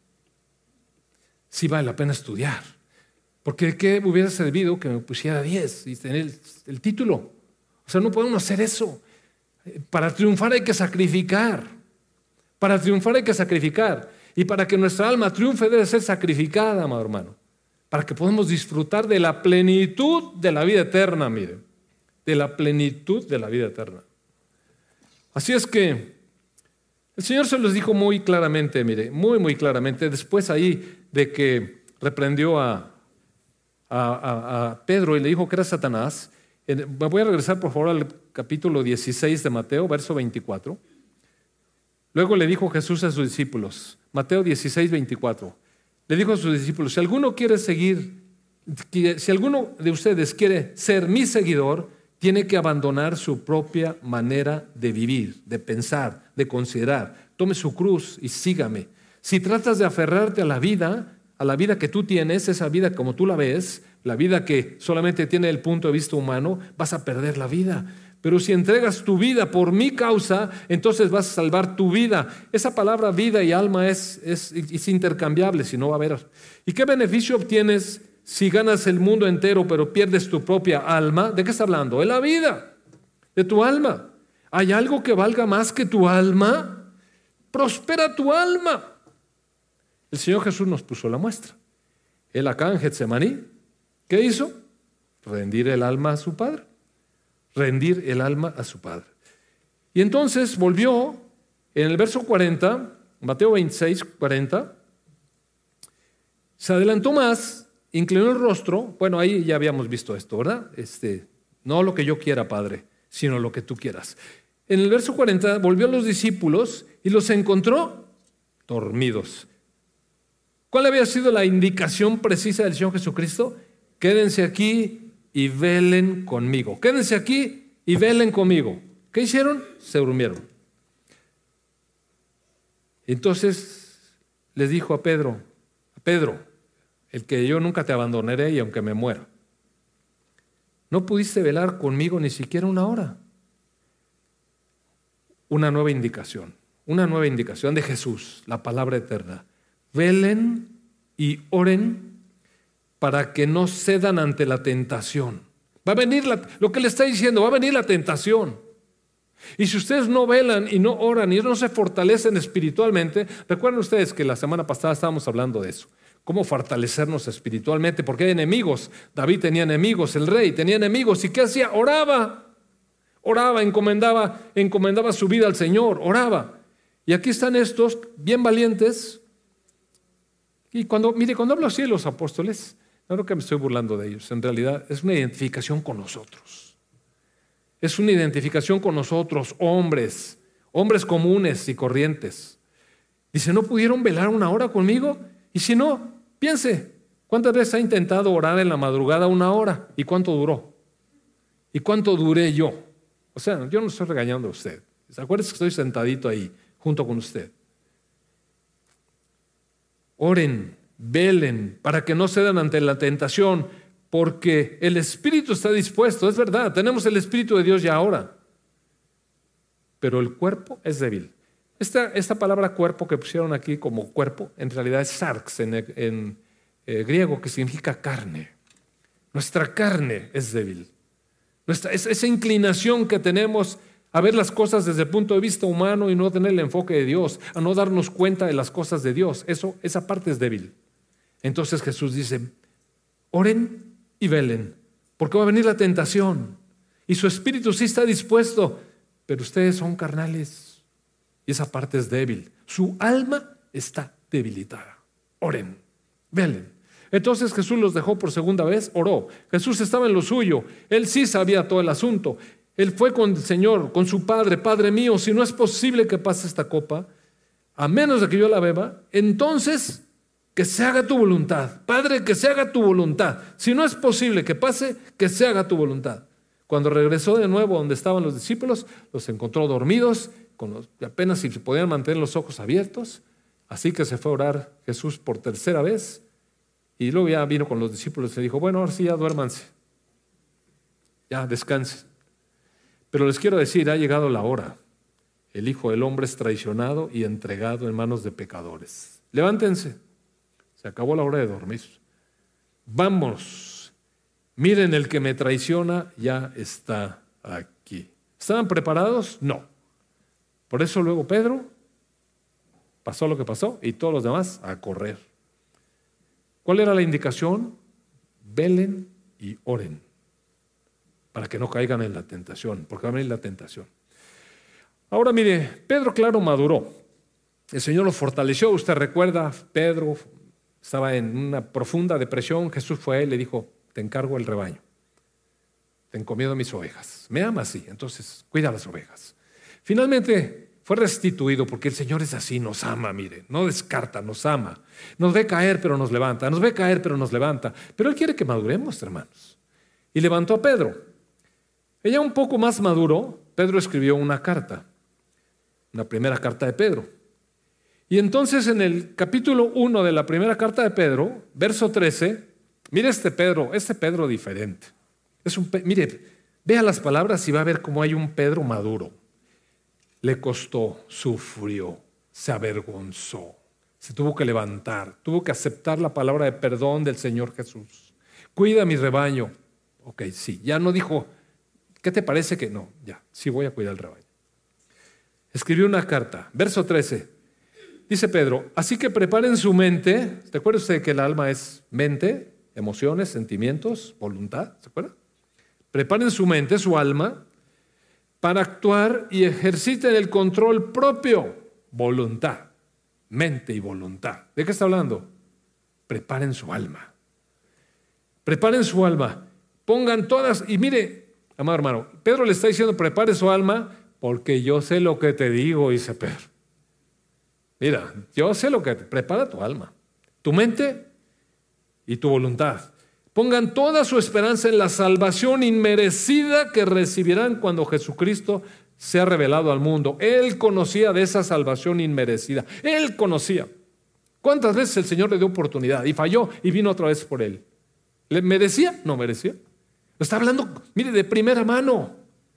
Sí vale la pena estudiar. Porque ¿qué me hubiera servido que me pusiera diez y tener el, el título? O sea, no podemos hacer eso. Para triunfar hay que sacrificar. Para triunfar hay que sacrificar. Y para que nuestra alma triunfe debe ser sacrificada, amado hermano. Para que podamos disfrutar de la plenitud de la vida eterna, miren. De la plenitud de la vida eterna. Así es que el Señor se los dijo muy claramente, mire, muy, muy claramente. Después ahí de que reprendió a, a, a, a Pedro y le dijo que era Satanás. Me voy a regresar por favor al capítulo dieciséis de Mateo, verso veinticuatro. Luego le dijo Jesús a sus discípulos, Mateo dieciséis, veinticuatro. Le dijo a sus discípulos, si alguno quiere seguir, si alguno de ustedes quiere ser mi seguidor, tiene que abandonar su propia manera de vivir, de pensar, de considerar. Tome su cruz y sígame. Si tratas de aferrarte a la vida, a la vida que tú tienes, esa vida como tú la ves, la vida que solamente tiene el punto de vista humano, vas a perder la vida. Pero si entregas tu vida por mi causa, entonces vas a salvar tu vida. Esa palabra vida y alma es, es, es intercambiable, si no va a haber. ¿Y qué beneficio obtienes si ganas el mundo entero pero pierdes tu propia alma? ¿De qué está hablando? De la vida, de tu alma. ¿Hay algo que valga más que tu alma? Prospera tu alma. El Señor Jesús nos puso la muestra. Él acá en Getsemaní, ¿qué hizo? Rendir el alma a su Padre. Rendir el alma a su Padre. Y entonces volvió en el verso cuarenta, Mateo veintiséis, cuarenta, se adelantó más, inclinó el rostro. Bueno, ahí ya habíamos visto esto, ¿verdad? Este, no lo que yo quiera, Padre, sino lo que tú quieras. En el verso cuarenta volvió a los discípulos y los encontró dormidos. ¿Cuál había sido la indicación precisa del Señor Jesucristo? Quédense aquí y velen conmigo. Quédense aquí y velen conmigo. ¿Qué hicieron? Se durmieron. Entonces les dijo a Pedro, a Pedro, el que yo nunca te abandonaré y aunque me muera. No pudiste velar conmigo ni siquiera una hora. Una nueva indicación, una nueva indicación de Jesús, la palabra eterna. Velen y oren para que no cedan ante la tentación. Va a venir la, lo que le está diciendo, va a venir la tentación. Y si ustedes no velan y no oran y no se fortalecen espiritualmente, recuerden ustedes que la semana pasada estábamos hablando de eso. Cómo fortalecernos espiritualmente, porque hay enemigos. David tenía enemigos, el rey tenía enemigos. ¿Y qué hacía? Oraba. Oraba, encomendaba, encomendaba su vida al Señor, oraba. Y aquí están estos bien valientes. Y cuando, mire, cuando hablo así de los apóstoles, Claro que me estoy burlando de ellos. En realidad es una identificación con nosotros. Es una identificación con nosotros, hombres, hombres comunes y corrientes. Dice, ¿no pudieron velar una hora conmigo? Y si no, piense, ¿cuántas veces ha intentado orar en la madrugada una hora? ¿Y cuánto duró? ¿Y cuánto duré yo? O sea, yo no estoy regañando a usted. Acuérdese que estoy sentadito ahí, junto con usted. Oren, velen, para que no cedan ante la tentación, porque el espíritu está dispuesto, es verdad, tenemos el espíritu de Dios ya ahora, pero el cuerpo es débil. Esta, esta palabra cuerpo que pusieron aquí como cuerpo, en realidad es sarx en, en eh, griego, que significa carne. Nuestra carne es débil. Nuestra, es, esa inclinación que tenemos a ver las cosas desde el punto de vista humano y no tener el enfoque de Dios, a no darnos cuenta de las cosas de Dios, eso, esa parte es débil. Entonces Jesús dice, oren y velen, porque va a venir la tentación y su espíritu sí está dispuesto, pero ustedes son carnales y esa parte es débil. Su alma está debilitada. Oren, velen. Entonces Jesús los dejó por segunda vez, oró. Jesús estaba en lo suyo, él sí sabía todo el asunto. Él fue con el Señor, con su Padre, Padre mío, si no es posible que pase esta copa, a menos de que yo la beba, entonces que se haga tu voluntad. Padre, que se haga tu voluntad. Si no es posible que pase, que se haga tu voluntad. Cuando regresó de nuevo donde estaban los discípulos, los encontró dormidos, con los, apenas si se podían mantener los ojos abiertos, así que se fue a orar Jesús por tercera vez, y luego ya vino con los discípulos y le dijo, bueno, ahora sí ya duérmanse, ya descansen. Pero les quiero decir, ha llegado la hora. El Hijo del Hombre es traicionado y entregado en manos de pecadores. Levántense. Se acabó la hora de dormir. Vamos. Miren, el que me traiciona ya está aquí. ¿Estaban preparados? No. Por eso luego Pedro pasó lo que pasó y todos los demás a correr. ¿Cuál era la indicación? Velen y oren, para que no caigan en la tentación, porque va a venir la tentación. Ahora mire, Pedro claro maduró, el Señor lo fortaleció. Usted recuerda, Pedro estaba en una profunda depresión, Jesús fue a él y le dijo, te encargo el rebaño, te encomiendo mis ovejas, me amas, sí, entonces cuida las ovejas. Finalmente fue restituido, porque el Señor es así, nos ama, mire, no descarta, nos ama, nos ve caer pero nos levanta, nos ve caer pero nos levanta, pero Él quiere que maduremos, hermanos, y levantó a Pedro. Ella un poco más maduro, Pedro escribió una carta, una primera carta de Pedro. Y entonces en el capítulo uno de la primera carta de Pedro, verso trece, mire este Pedro, este Pedro diferente. Es un, mire, vea las palabras y va a ver cómo hay un Pedro maduro. Le costó, sufrió, se avergonzó, se tuvo que levantar, tuvo que aceptar la palabra de perdón del Señor Jesús. Cuida mi rebaño. Ok, sí, ya no dijo, ¿qué te parece que no? Ya, sí voy a cuidar el rebaño. Escribió una carta, verso trece. Dice Pedro, así que preparen su mente. ¿Se acuerda usted que el alma es mente, emociones, sentimientos, voluntad? ¿Se acuerda? Preparen su mente, su alma, para actuar y ejerciten el control propio. Voluntad, mente y voluntad. ¿De qué está hablando? Preparen su alma. Preparen su alma. Pongan todas, y mire, amado hermano, Pedro le está diciendo, prepare su alma, porque yo sé lo que te digo, dice Pedro. Mira, yo sé lo que te... Prepara tu alma, tu mente y tu voluntad. Pongan toda su esperanza en la salvación inmerecida que recibirán cuando Jesucristo sea revelado al mundo. Él conocía de esa salvación inmerecida. Él conocía. ¿Cuántas veces el Señor le dio oportunidad y falló y vino otra vez por él? ¿Le merecía? No merecía. Está hablando, mire, de primera mano.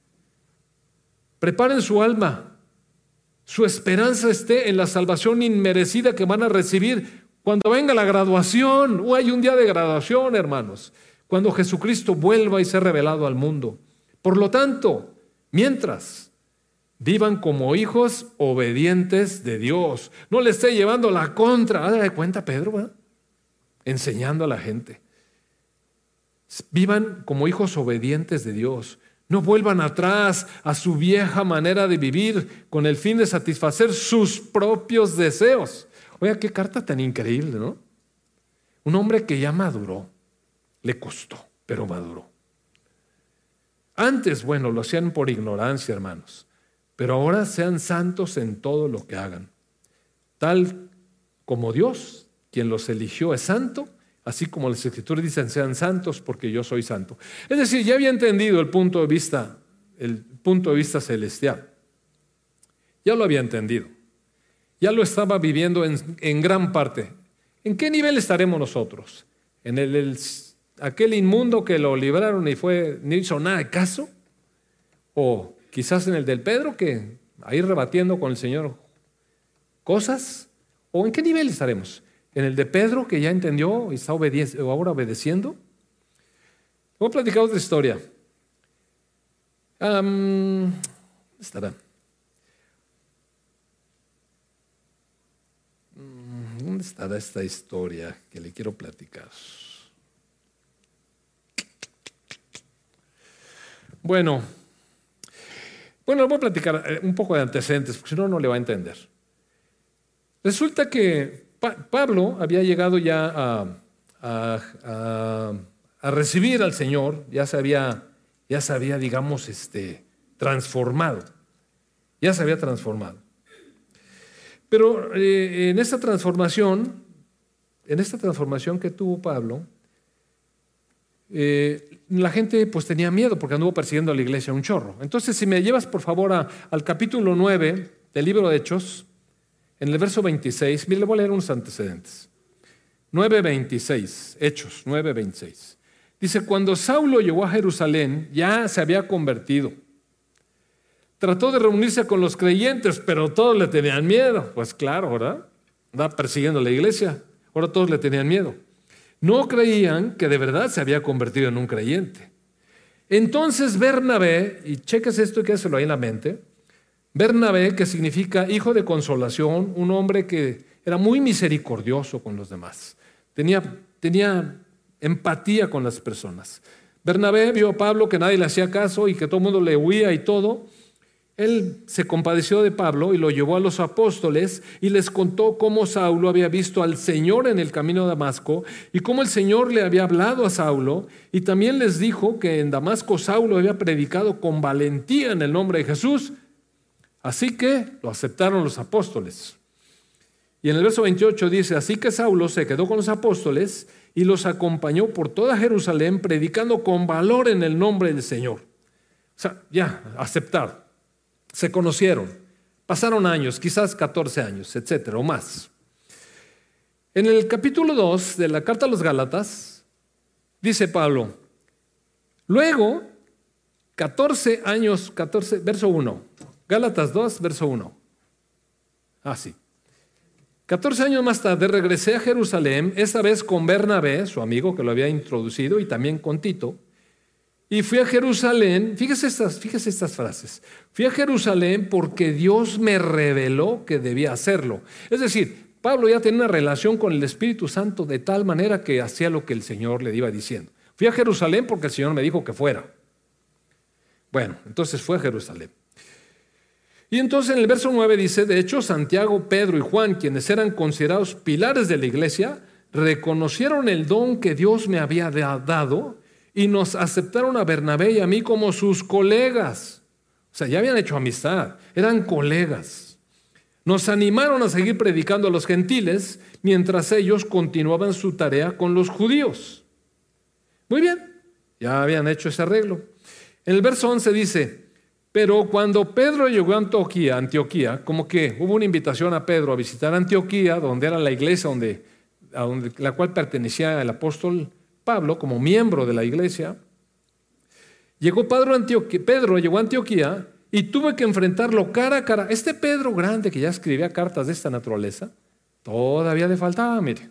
Preparen su alma. Su esperanza esté en la salvación inmerecida que van a recibir cuando venga la graduación. O hay un día de graduación, hermanos, cuando Jesucristo vuelva y sea revelado al mundo. Por lo tanto, mientras vivan como hijos obedientes de Dios, no le esté llevando la contra. ¿Haz de cuenta, Pedro? ¿verdad? Enseñando a la gente. Vivan como hijos obedientes de Dios. No vuelvan atrás a su vieja manera de vivir con el fin de satisfacer sus propios deseos. Oiga, qué carta tan increíble, ¿no? Un hombre que ya maduró, Le costó, pero maduró. Antes, bueno, lo hacían por ignorancia, hermanos, pero ahora sean santos en todo lo que hagan. Tal como Dios, quien los eligió, es santo, así como las Escrituras dicen, sean santos porque yo soy santo. Es decir, ya había entendido el punto de vista, el punto de vista celestial. Ya lo había entendido. Ya lo estaba viviendo en, en gran parte. ¿En qué nivel estaremos nosotros? ¿En el, el, aquel inmundo que lo libraron y fue, no hizo nada de caso? ¿O quizás en el del Pedro, que ahí rebatiendo con el Señor cosas? ¿O en qué nivel estaremos? ¿En el de Pedro, que ya entendió y está obedi- ahora obedeciendo? Voy a platicar otra historia. Um, ¿Dónde estará? ¿Dónde estará esta historia que le quiero platicar? Bueno, bueno, voy a platicar un poco de antecedentes, porque si no, no le va a entender. Resulta que pa- Pablo había llegado ya a, a, a, a recibir al Señor, ya se había, ya se había digamos, este, transformado, ya se había transformado. Pero eh, en esta transformación, en esta transformación que tuvo Pablo, eh, la gente pues tenía miedo porque anduvo persiguiendo a la iglesia un chorro. Entonces, si me llevas por favor a, al capítulo nueve del libro de Hechos, en el verso veintiséis, mire, le voy a leer unos antecedentes. nueve veintiséis, Hechos nueve veintiséis. Dice, cuando Saulo llegó a Jerusalén, ya se había convertido. Trató de reunirse con los creyentes, pero todos le tenían miedo. Pues claro, ¿verdad? Andaba persiguiendo a la iglesia. Ahora todos le tenían miedo. No creían que de verdad se había convertido en un creyente. Entonces Bernabé, y cheques esto y quédeselo ahí en la mente, Bernabé, que significa hijo de consolación, un hombre que era muy misericordioso con los demás. Tenía, tenía empatía con las personas. Bernabé vio a Pablo que nadie le hacía caso y que todo el mundo le huía y todo. Él se compadeció de Pablo y lo llevó a los apóstoles y les contó cómo Saulo había visto al Señor en el camino de Damasco y cómo el Señor le había hablado a Saulo, y también les dijo que en Damasco Saulo había predicado con valentía en el nombre de Jesús. Así que lo aceptaron los apóstoles. Y en el verso veintiocho dice, así que Saulo se quedó con los apóstoles y los acompañó por toda Jerusalén predicando con valor en el nombre del Señor. O sea, ya, aceptaron. Se conocieron, pasaron años, quizás catorce años, etcétera, o más. En el capítulo dos de la carta a los Gálatas, dice Pablo, luego, catorce años, catorce, verso uno, Gálatas dos, verso uno. Ah, sí. catorce años más tarde regresé a Jerusalén, esta vez con Bernabé, su amigo que lo había introducido, y también con Tito. Y fui a Jerusalén, fíjese estas, fíjese estas frases, fui a Jerusalén porque Dios me reveló que debía hacerlo. Es decir, Pablo ya tenía una relación con el Espíritu Santo de tal manera que hacía lo que el Señor le iba diciendo. Fui a Jerusalén porque el Señor me dijo que fuera. Bueno, entonces fue a Jerusalén. Y entonces en el verso nueve dice, de hecho Santiago, Pedro y Juan, quienes eran considerados pilares de la iglesia, reconocieron el don que Dios me había dado y nos aceptaron a Bernabé y a mí como sus colegas. O sea, ya habían hecho amistad, eran colegas. Nos animaron a seguir predicando a los gentiles mientras ellos continuaban su tarea con los judíos. Muy bien, ya habían hecho ese arreglo. En el verso once dice, pero cuando Pedro llegó a Antioquía, Antioquía, como que hubo una invitación a Pedro a visitar Antioquía, donde era la iglesia donde, a donde, la cual pertenecía el apóstol Pablo como miembro de la iglesia. Llegó Pedro a Antioquía, Pedro llegó a Antioquía y tuve que enfrentarlo cara a cara. Este Pedro grande que ya escribía cartas de esta naturaleza, todavía le faltaba, mire.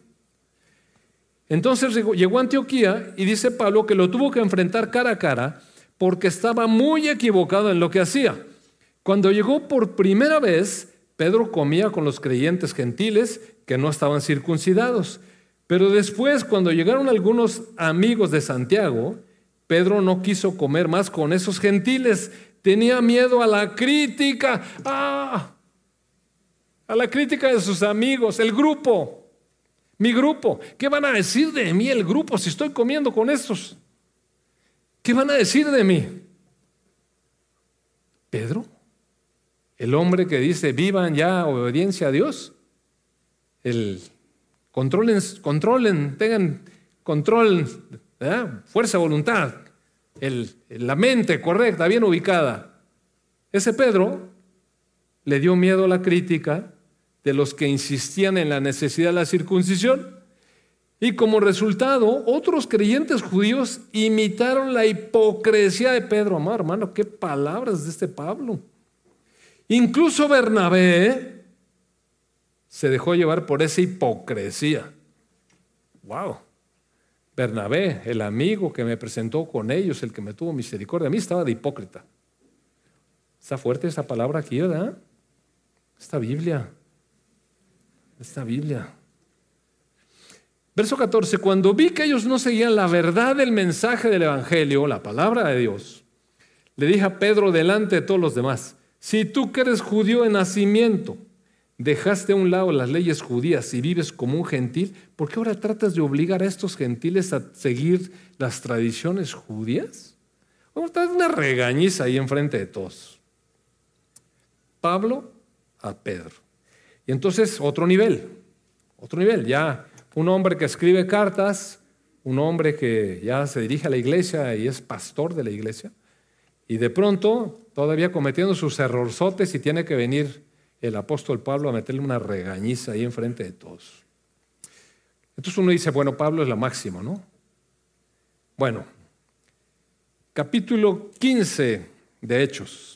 Entonces llegó a Antioquía y dice Pablo que lo tuvo que enfrentar cara a cara porque estaba muy equivocado en lo que hacía. Cuando llegó por primera vez, Pedro comía con los creyentes gentiles que no estaban circuncidados. Pero después, cuando llegaron algunos amigos de Santiago, Pedro no quiso comer más con esos gentiles. Tenía miedo a la crítica, ¡ah! a la crítica de sus amigos, el grupo. Mi grupo. ¿Qué van a decir de mí el grupo si estoy comiendo con estos? ¿Qué van a decir de mí? Pedro, el hombre que dice vivan ya obediencia a Dios, el controlen, controlen, tengan control, ¿verdad? Fuerza, voluntad, el, la mente correcta, bien ubicada. Ese Pedro le dio miedo a la crítica de los que insistían en la necesidad de la circuncisión, y como resultado, otros creyentes judíos imitaron la hipocresía de Pedro. Amado hermano, qué palabras de este Pablo. Incluso Bernabé se dejó llevar por esa hipocresía. Wow. Bernabé, el amigo que me presentó con ellos, el que me tuvo misericordia, a mí estaba de hipócrita. Está fuerte esa palabra aquí, ¿verdad? Esta Biblia. Esta Biblia. Verso catorce, cuando vi que ellos no seguían la verdad del mensaje del Evangelio, la palabra de Dios, le dije a Pedro delante de todos los demás, si tú que eres judío de nacimiento, dejaste a un lado las leyes judías y vives como un gentil, ¿por qué ahora tratas de obligar a estos gentiles a seguir las tradiciones judías? Vamos a dar una regañiza ahí enfrente de todos. Pablo a Pedro. Y entonces otro nivel, otro nivel, ya un hombre que escribe cartas, un hombre que ya se dirige a la iglesia y es pastor de la iglesia, y de pronto, todavía cometiendo sus errorzotes, y tiene que venir el apóstol Pablo a meterle una regañiza ahí enfrente de todos. Entonces uno dice, bueno, Pablo es la máxima, ¿no? Bueno, capítulo quince de Hechos.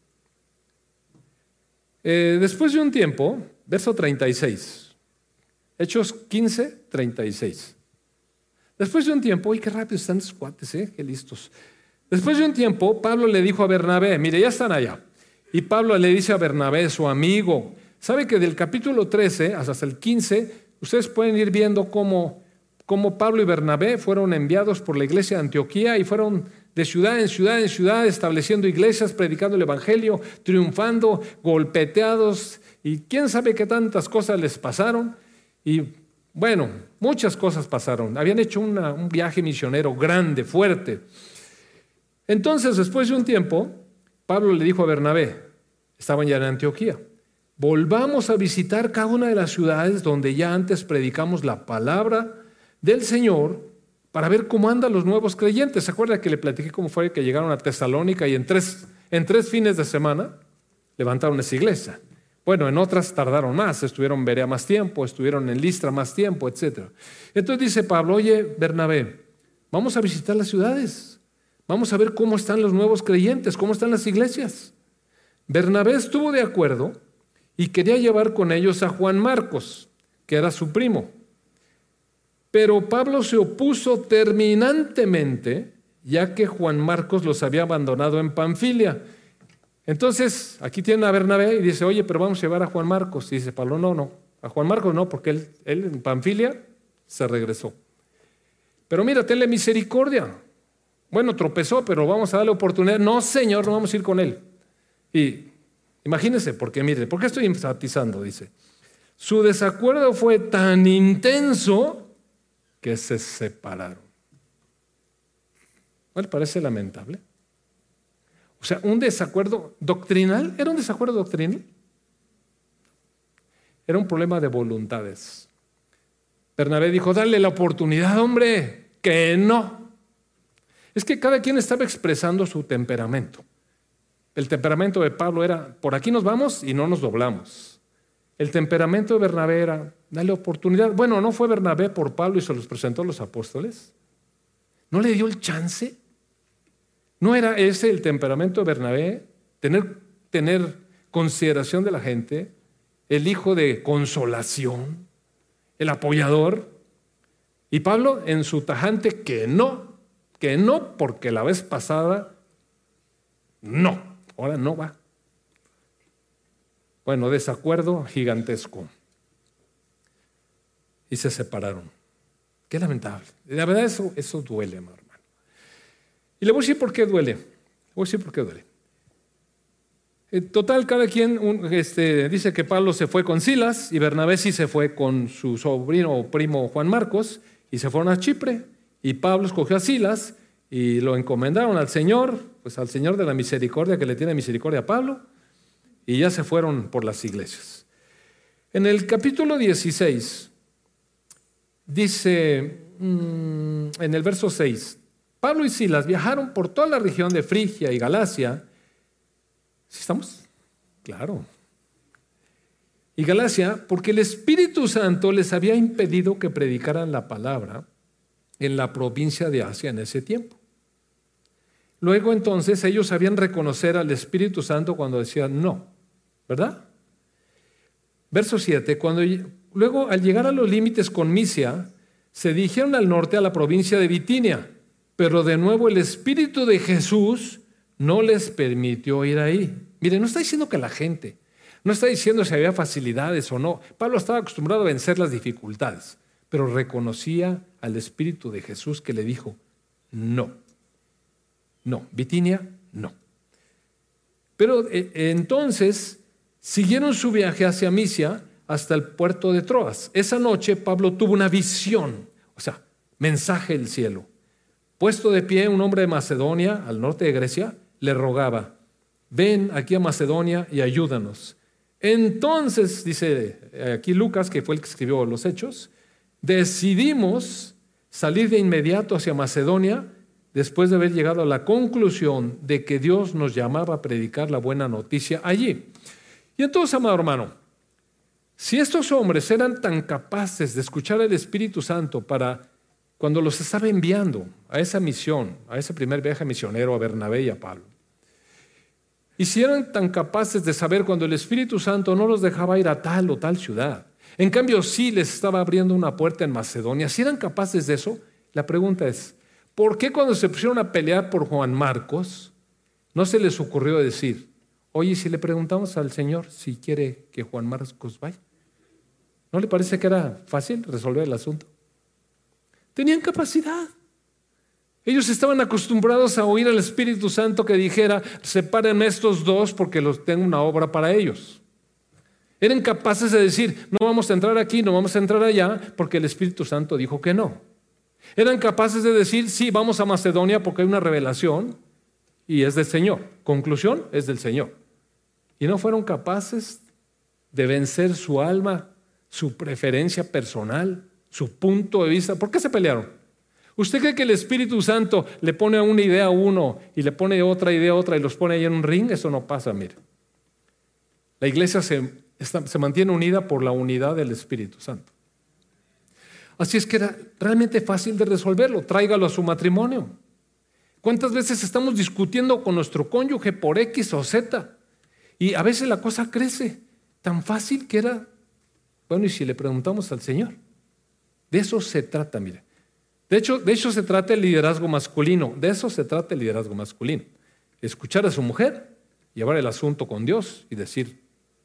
Eh, después de un tiempo, verso treinta y seis. Hechos quince, treinta y seis. Después de un tiempo, ¡ay, qué rápido están estos cuates, eh! ¡Qué listos! Después de un tiempo, Pablo le dijo a Bernabé, mire, ya están allá. Y Pablo le dice a Bernabé, su amigo, ¿sabe que del capítulo trece hasta el quince, ustedes pueden ir viendo cómo, cómo Pablo y Bernabé fueron enviados por la iglesia de Antioquía y fueron de ciudad en ciudad en ciudad, estableciendo iglesias, predicando el evangelio, triunfando, golpeteados, y quién sabe qué tantas cosas les pasaron. Y bueno, muchas cosas pasaron. Habían hecho una, un viaje misionero grande, fuerte. Entonces, después de un tiempo, Pablo le dijo a Bernabé, estaban ya en Antioquía, volvamos a visitar cada una de las ciudades donde ya antes predicamos la palabra del Señor para ver cómo andan los nuevos creyentes. ¿Se acuerda que le platiqué cómo fue que llegaron a Tesalónica y en tres, en tres fines de semana levantaron esa iglesia? Bueno, en otras tardaron más, estuvieron en Berea más tiempo, estuvieron en Listra más tiempo, etcétera. Entonces dice Pablo, oye, Bernabé, vamos a visitar las ciudades, vamos a ver cómo están los nuevos creyentes, cómo están las iglesias. Bernabé estuvo de acuerdo y quería llevar con ellos a Juan Marcos, que era su primo. Pero Pablo se opuso terminantemente, ya que Juan Marcos los había abandonado en Panfilia. Entonces, aquí tienen a Bernabé y dice, oye, pero vamos a llevar a Juan Marcos. Y dice Pablo, no, no, a Juan Marcos no, porque él, él en Panfilia se regresó. Pero mira, tenle misericordia. Bueno, tropezó, pero vamos a darle oportunidad. No, Señor, no vamos a ir con él. Y imagínense, porque mire, ¿por qué estoy enfatizando? Dice, su desacuerdo fue tan intenso que se separaron. ¿No le parece lamentable? O sea, un desacuerdo doctrinal. ¿Era un desacuerdo doctrinal? Era un problema de voluntades. Bernabé dijo, dale la oportunidad, hombre, que no. Es que cada quien estaba expresando su temperamento. El temperamento de Pablo era, por aquí nos vamos y no nos doblamos. El temperamento de Bernabé era, dale oportunidad. Bueno, ¿no fue Bernabé por Pablo y se los presentó a los apóstoles? ¿No le dio el chance? ¿No era ese el temperamento de Bernabé? Tener, tener consideración de la gente, el hijo de consolación, el apoyador. Y Pablo en su tajante que no, que no, porque la vez pasada no, ahora no va. Bueno, desacuerdo gigantesco. Y se separaron. Qué lamentable. La verdad eso, eso duele, hermano. Y le voy a decir por qué duele. Le voy a decir por qué duele. Total, cada quien un, este, dice que Pablo se fue con Silas y Bernabé sí se fue con su sobrino o primo Juan Marcos y se fueron a Chipre. Y Pablo escogió a Silas y lo encomendaron al Señor, pues al Señor de la misericordia que le tiene misericordia a Pablo, y ya se fueron por las iglesias. En el capítulo dieciséis dice, mmm, en el verso seis, Pablo y Silas viajaron por toda la región de Frigia y Galacia. ¿Sí estamos? Claro. Y Galacia, porque el Espíritu Santo les había impedido que predicaran la palabra en la provincia de Asia en ese tiempo. Luego entonces ellos sabían reconocer al Espíritu Santo cuando decían no, ¿verdad? Verso siete, cuando, luego al llegar a los límites con Misia, se dirigieron al norte a la provincia de Bitinia, pero de nuevo el Espíritu de Jesús no les permitió ir ahí. Miren, no está diciendo que la gente, no está diciendo si había facilidades o no. Pablo estaba acostumbrado a vencer las dificultades, pero reconocía al Espíritu de Jesús que le dijo, no, no, Bitinia, no. Pero eh, entonces siguieron su viaje hacia Misia hasta el puerto de Troas. Esa noche Pablo tuvo una visión, o sea, mensaje del cielo. Puesto de pie, un hombre de Macedonia, al norte de Grecia, le rogaba, ven aquí a Macedonia y ayúdanos. Entonces, dice aquí Lucas, que fue el que escribió los Hechos, decidimos salir de inmediato hacia Macedonia después de haber llegado a la conclusión de que Dios nos llamaba a predicar la buena noticia allí. Y entonces, amado hermano, si estos hombres eran tan capaces de escuchar al Espíritu Santo para cuando los estaba enviando a esa misión, a ese primer viaje misionero a Bernabé y a Pablo, y si eran tan capaces de saber cuando el Espíritu Santo no los dejaba ir a tal o tal ciudad, en cambio sí les estaba abriendo una puerta en Macedonia, si eran capaces de eso, la pregunta es, ¿por qué cuando se pusieron a pelear por Juan Marcos no se les ocurrió decir, oye, si le preguntamos al Señor si quiere que Juan Marcos vaya? ¿No le parece que era fácil resolver el asunto? Tenían capacidad. Ellos estaban acostumbrados a oír al Espíritu Santo que dijera, separen estos dos porque los tengo una obra para ellos. Eran capaces de decir, no vamos a entrar aquí, no vamos a entrar allá, porque el Espíritu Santo dijo que no. Eran capaces de decir, sí, vamos a Macedonia porque hay una revelación y es del Señor. Conclusión, es del Señor. Y no fueron capaces de vencer su alma, su preferencia personal, su punto de vista. ¿Por qué se pelearon? ¿Usted cree que el Espíritu Santo le pone una idea a uno y le pone otra idea a otra y los pone ahí en un ring? Eso no pasa, mire. La iglesia se, está, se mantiene unida por la unidad del Espíritu Santo. Así es que era realmente fácil de resolverlo. Tráigalo a su matrimonio. ¿Cuántas veces estamos discutiendo con nuestro cónyuge por X o Z? Y a veces la cosa crece tan fácil que era, bueno, y si le preguntamos al Señor. De eso se trata, mire. De hecho, de hecho se trata el liderazgo masculino. De eso se trata el liderazgo masculino. Escuchar a su mujer, llevar el asunto con Dios y decir,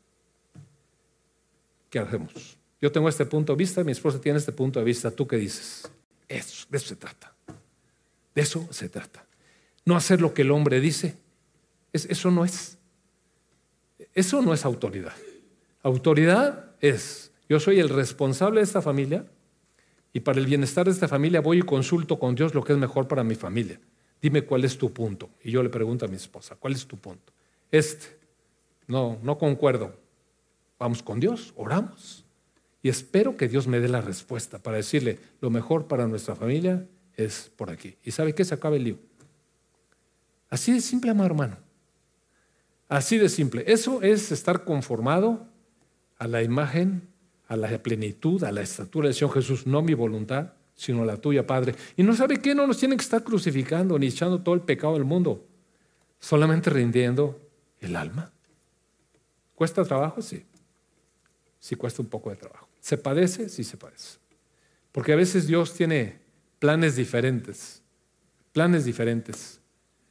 ¿qué hacemos? Yo tengo este punto de vista, mi esposa tiene este punto de vista, ¿tú qué dices? Eso, de eso se trata. De eso se trata. No hacer lo que el hombre dice. Es, eso no es. Eso no es autoridad. Autoridad es, yo soy el responsable de esta familia y para el bienestar de esta familia voy y consulto con Dios lo que es mejor para mi familia. Dime cuál es tu punto. Y yo le pregunto a mi esposa, ¿cuál es tu punto? Este. No, no concuerdo. Vamos con Dios, oramos. Y espero que Dios me dé la respuesta para decirle, lo mejor para nuestra familia es por aquí. ¿Y sabe qué? Se acaba el lío. Así de simple, amado hermano. Así de simple. Eso es estar conformado a la imagen, a la plenitud, a la estatura del Señor Jesús. No mi voluntad, sino la tuya, Padre. Y no sabe qué, no nos tienen que estar crucificando ni echando todo el pecado del mundo. Solamente rindiendo el alma. ¿Cuesta trabajo? Sí. Sí cuesta un poco de trabajo. ¿Se padece? Sí se padece. Porque a veces Dios tiene planes diferentes. Planes diferentes.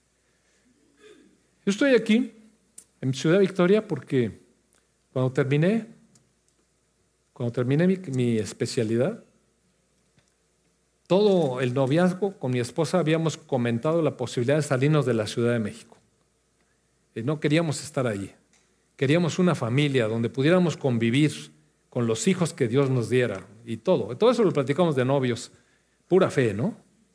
Yo estoy aquí, en Ciudad Victoria, porque cuando terminé, cuando terminé mi, mi especialidad, todo el noviazgo con mi esposa habíamos comentado la posibilidad de salirnos de la Ciudad de México. Y no queríamos estar allí. Queríamos una familia donde pudiéramos convivir con los hijos que Dios nos diera y todo. Todo eso lo platicamos de novios, pura fe, ¿no?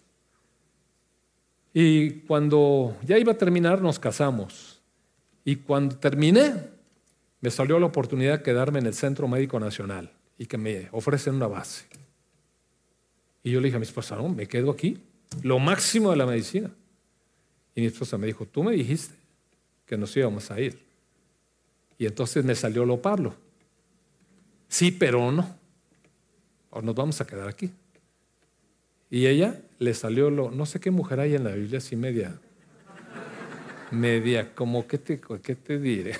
Y cuando ya iba a terminar, nos casamos. Y cuando terminé, me salió la oportunidad de quedarme en el Centro Médico Nacional y que me ofrecen una base. Y yo le dije a mi esposa, no, me quedo aquí, lo máximo de la medicina. Y mi esposa me dijo, tú me dijiste que nos íbamos a ir. Y entonces me salió lo Pablo. Sí, pero no. O nos vamos a quedar aquí. Y ella le salió lo, no sé qué mujer hay en la Biblia, así media, media, como, ¿qué te, qué te diré?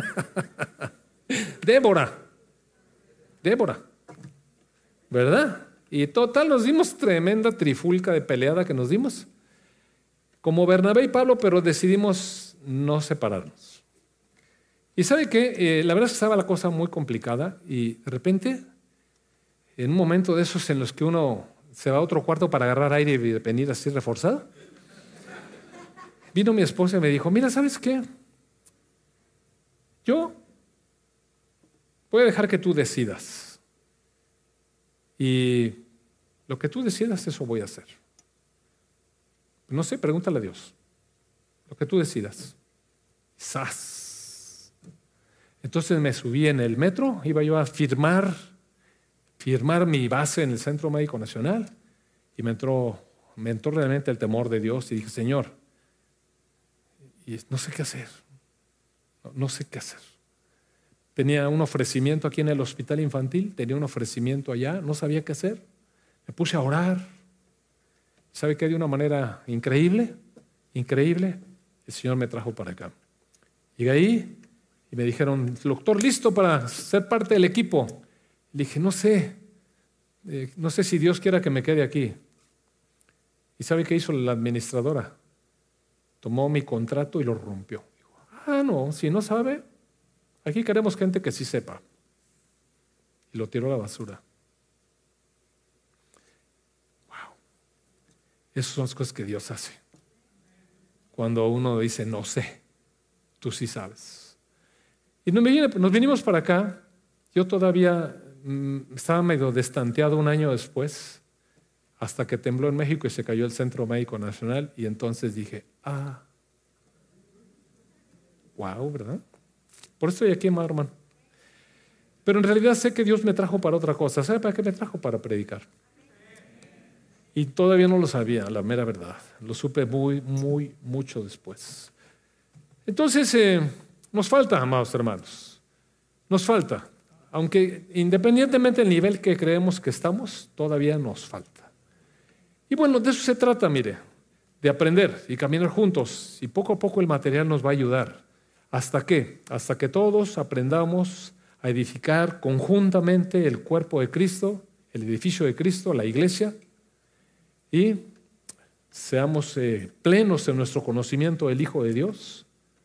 Débora. Débora. ¿Verdad? Y total, nos dimos tremenda trifulca de peleada que nos dimos. Como Bernabé y Pablo, pero decidimos no separarnos. Y ¿sabe qué? Eh, la verdad es que estaba la cosa muy complicada y de repente, en un momento de esos en los que uno se va a otro cuarto para agarrar aire y venir así reforzado, vino mi esposa y me dijo, mira, ¿sabes qué? Yo voy a dejar que tú decidas. Y lo que tú decidas, eso voy a hacer. No sé, pregúntale a Dios. Lo que tú decidas. ¡Sas! Entonces me subí en el metro, iba yo a firmar, firmar mi base en el Centro Médico Nacional y me entró, me entró realmente el temor de Dios y dije, Señor, y no sé qué hacer, no, no sé qué hacer. Tenía un ofrecimiento aquí en el hospital infantil, tenía un ofrecimiento allá, no sabía qué hacer. Me puse a orar. ¿Sabe qué? De una manera increíble, increíble, el Señor me trajo para acá. Llegué ahí y me dijeron, doctor, ¿listo para ser parte del equipo? Le dije, no sé, eh, no sé si Dios quiera que me quede aquí. ¿Y sabe qué hizo la administradora? Tomó mi contrato y lo rompió. Dijo, ah, no, si no sabe, aquí queremos gente que sí sepa. Y lo tiró a la basura. Wow. Esas son las cosas que Dios hace. Cuando uno dice, no sé, tú sí sabes. Y nos vinimos para acá. Yo todavía mmm, estaba medio destanteado un año después, hasta que tembló en México y se cayó el Centro Médico Nacional. Y entonces dije, ah, wow, ¿verdad? Por eso estoy aquí, hermano. Pero en realidad sé que Dios me trajo para otra cosa. ¿Sabe para qué me trajo? Para predicar. Y todavía no lo sabía, la mera verdad. Lo supe muy, muy, mucho después. Entonces, eh, nos falta, amados hermanos. Nos falta. Aunque independientemente del nivel que creemos que estamos, todavía nos falta. Y bueno, de eso se trata, mire. De aprender y caminar juntos. Y poco a poco el material nos va a ayudar. ¿Hasta qué? Hasta que todos aprendamos a edificar conjuntamente el cuerpo de Cristo, el edificio de Cristo, la iglesia, y seamos eh, plenos en nuestro conocimiento del Hijo de Dios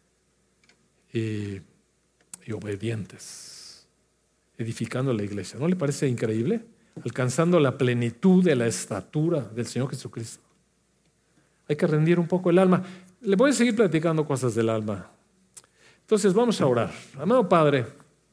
y, y obedientes, edificando la iglesia. ¿No le parece increíble? Alcanzando la plenitud de la estatura del Señor Jesucristo. Hay que rendir un poco el alma. Le voy a seguir platicando cosas del alma. Entonces vamos a orar. Amado Padre,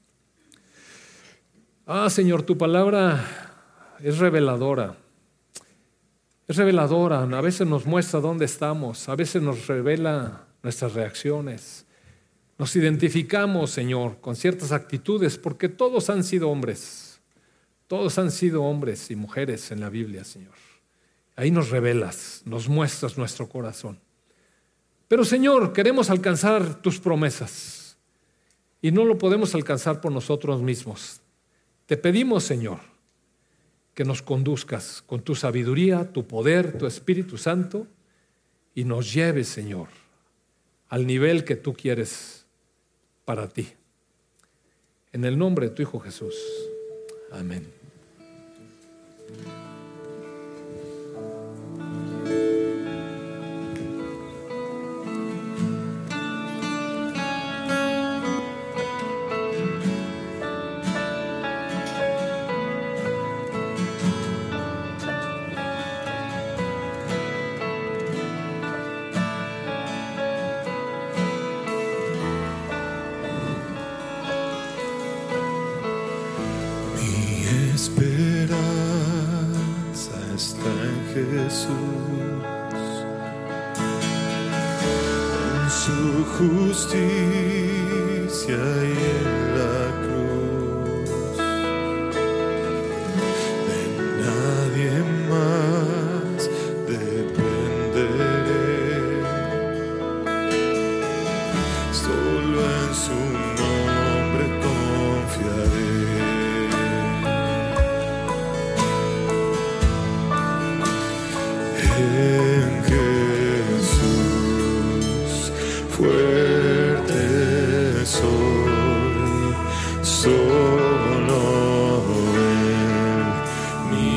ah Señor, tu palabra es reveladora. Es reveladora, a veces nos muestra dónde estamos, a veces nos revela nuestras reacciones. Nos identificamos, Señor, con ciertas actitudes, porque todos han sido hombres, todos han sido hombres y mujeres en la Biblia, Señor. Ahí nos revelas, nos muestras nuestro corazón. Pero, Señor, queremos alcanzar tus promesas y no lo podemos alcanzar por nosotros mismos. Te pedimos, Señor, que nos conduzcas con tu sabiduría, tu poder, tu Espíritu Santo y nos lleves, Señor, al nivel que tú quieres para ti. En el nombre de tu Hijo Jesús. Amén. esperanza está en Jesús, en su justicia y en la cruz. De nadie más dependeré, solo en su nombre confiaré. En Jesús fuerte soy, solo Él mi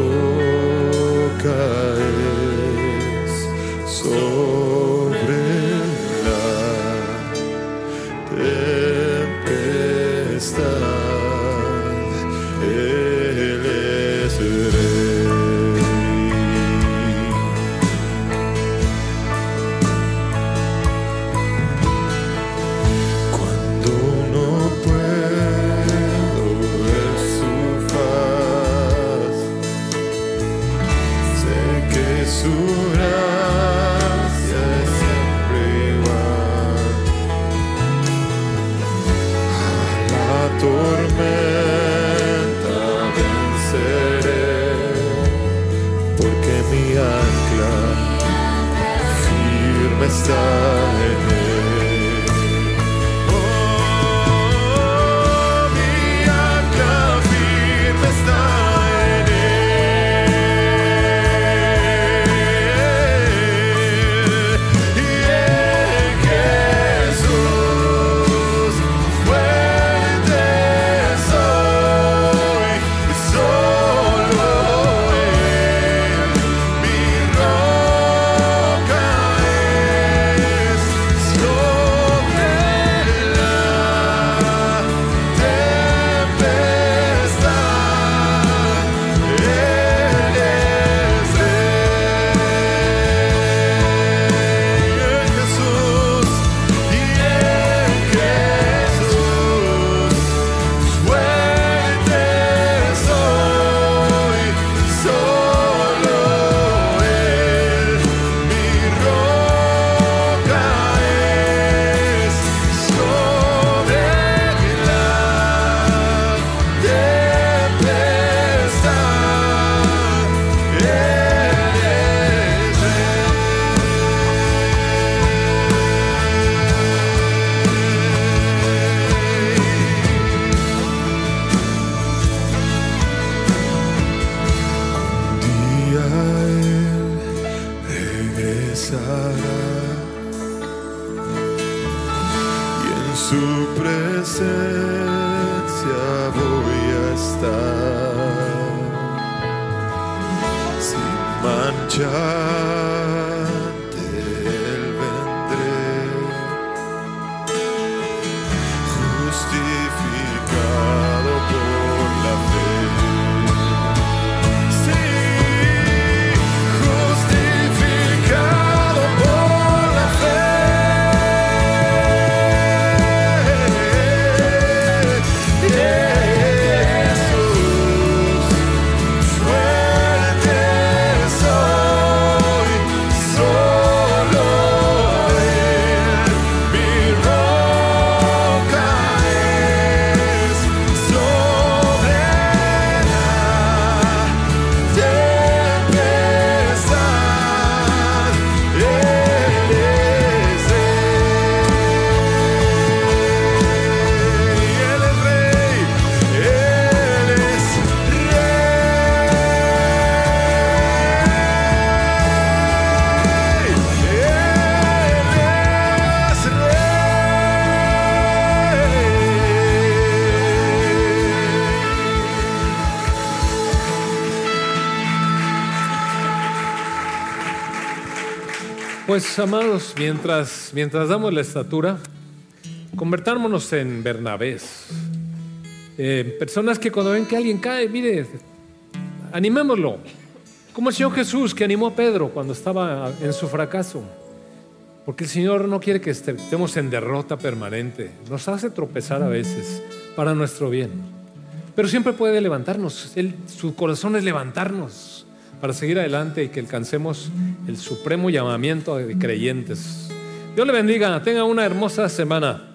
roca es, sobre la tempestad Él es rey. Tormenta venceré, porque mi ancla firme está en Él. Oh, mi ancla firme está en Él. Y en Jesús fuerte soy, solo Él mi roca es, sobre la tempestad Él es rey. En Jesús, y en Jesús fuerte soy, solo Él mi roca es, sobre la tempestad Él es rey. Un día Él regresará y en su presencia voy a estar, sin mancha ante Él vendré, justificado por la fe. Sí, justificado por la fe. Jesús fuerte soy, solo Él mi roca es, sobre la tempestad Él es rey. Él es rey, Él es Pues amados, mientras, mientras damos la estatura, convertámonos en Bernabés. Eh, personas que cuando ven que alguien cae, mire, animémoslo. Como el Señor Jesús que animó a Pedro cuando estaba en su fracaso. Porque el Señor no quiere que estemos en derrota permanente. Nos hace tropezar a veces para nuestro bien. pero siempre puede levantarnos. Él, su corazón es levantarnos para seguir adelante y que alcancemos el supremo llamamiento de creyentes. Dios le bendiga, tenga una hermosa semana.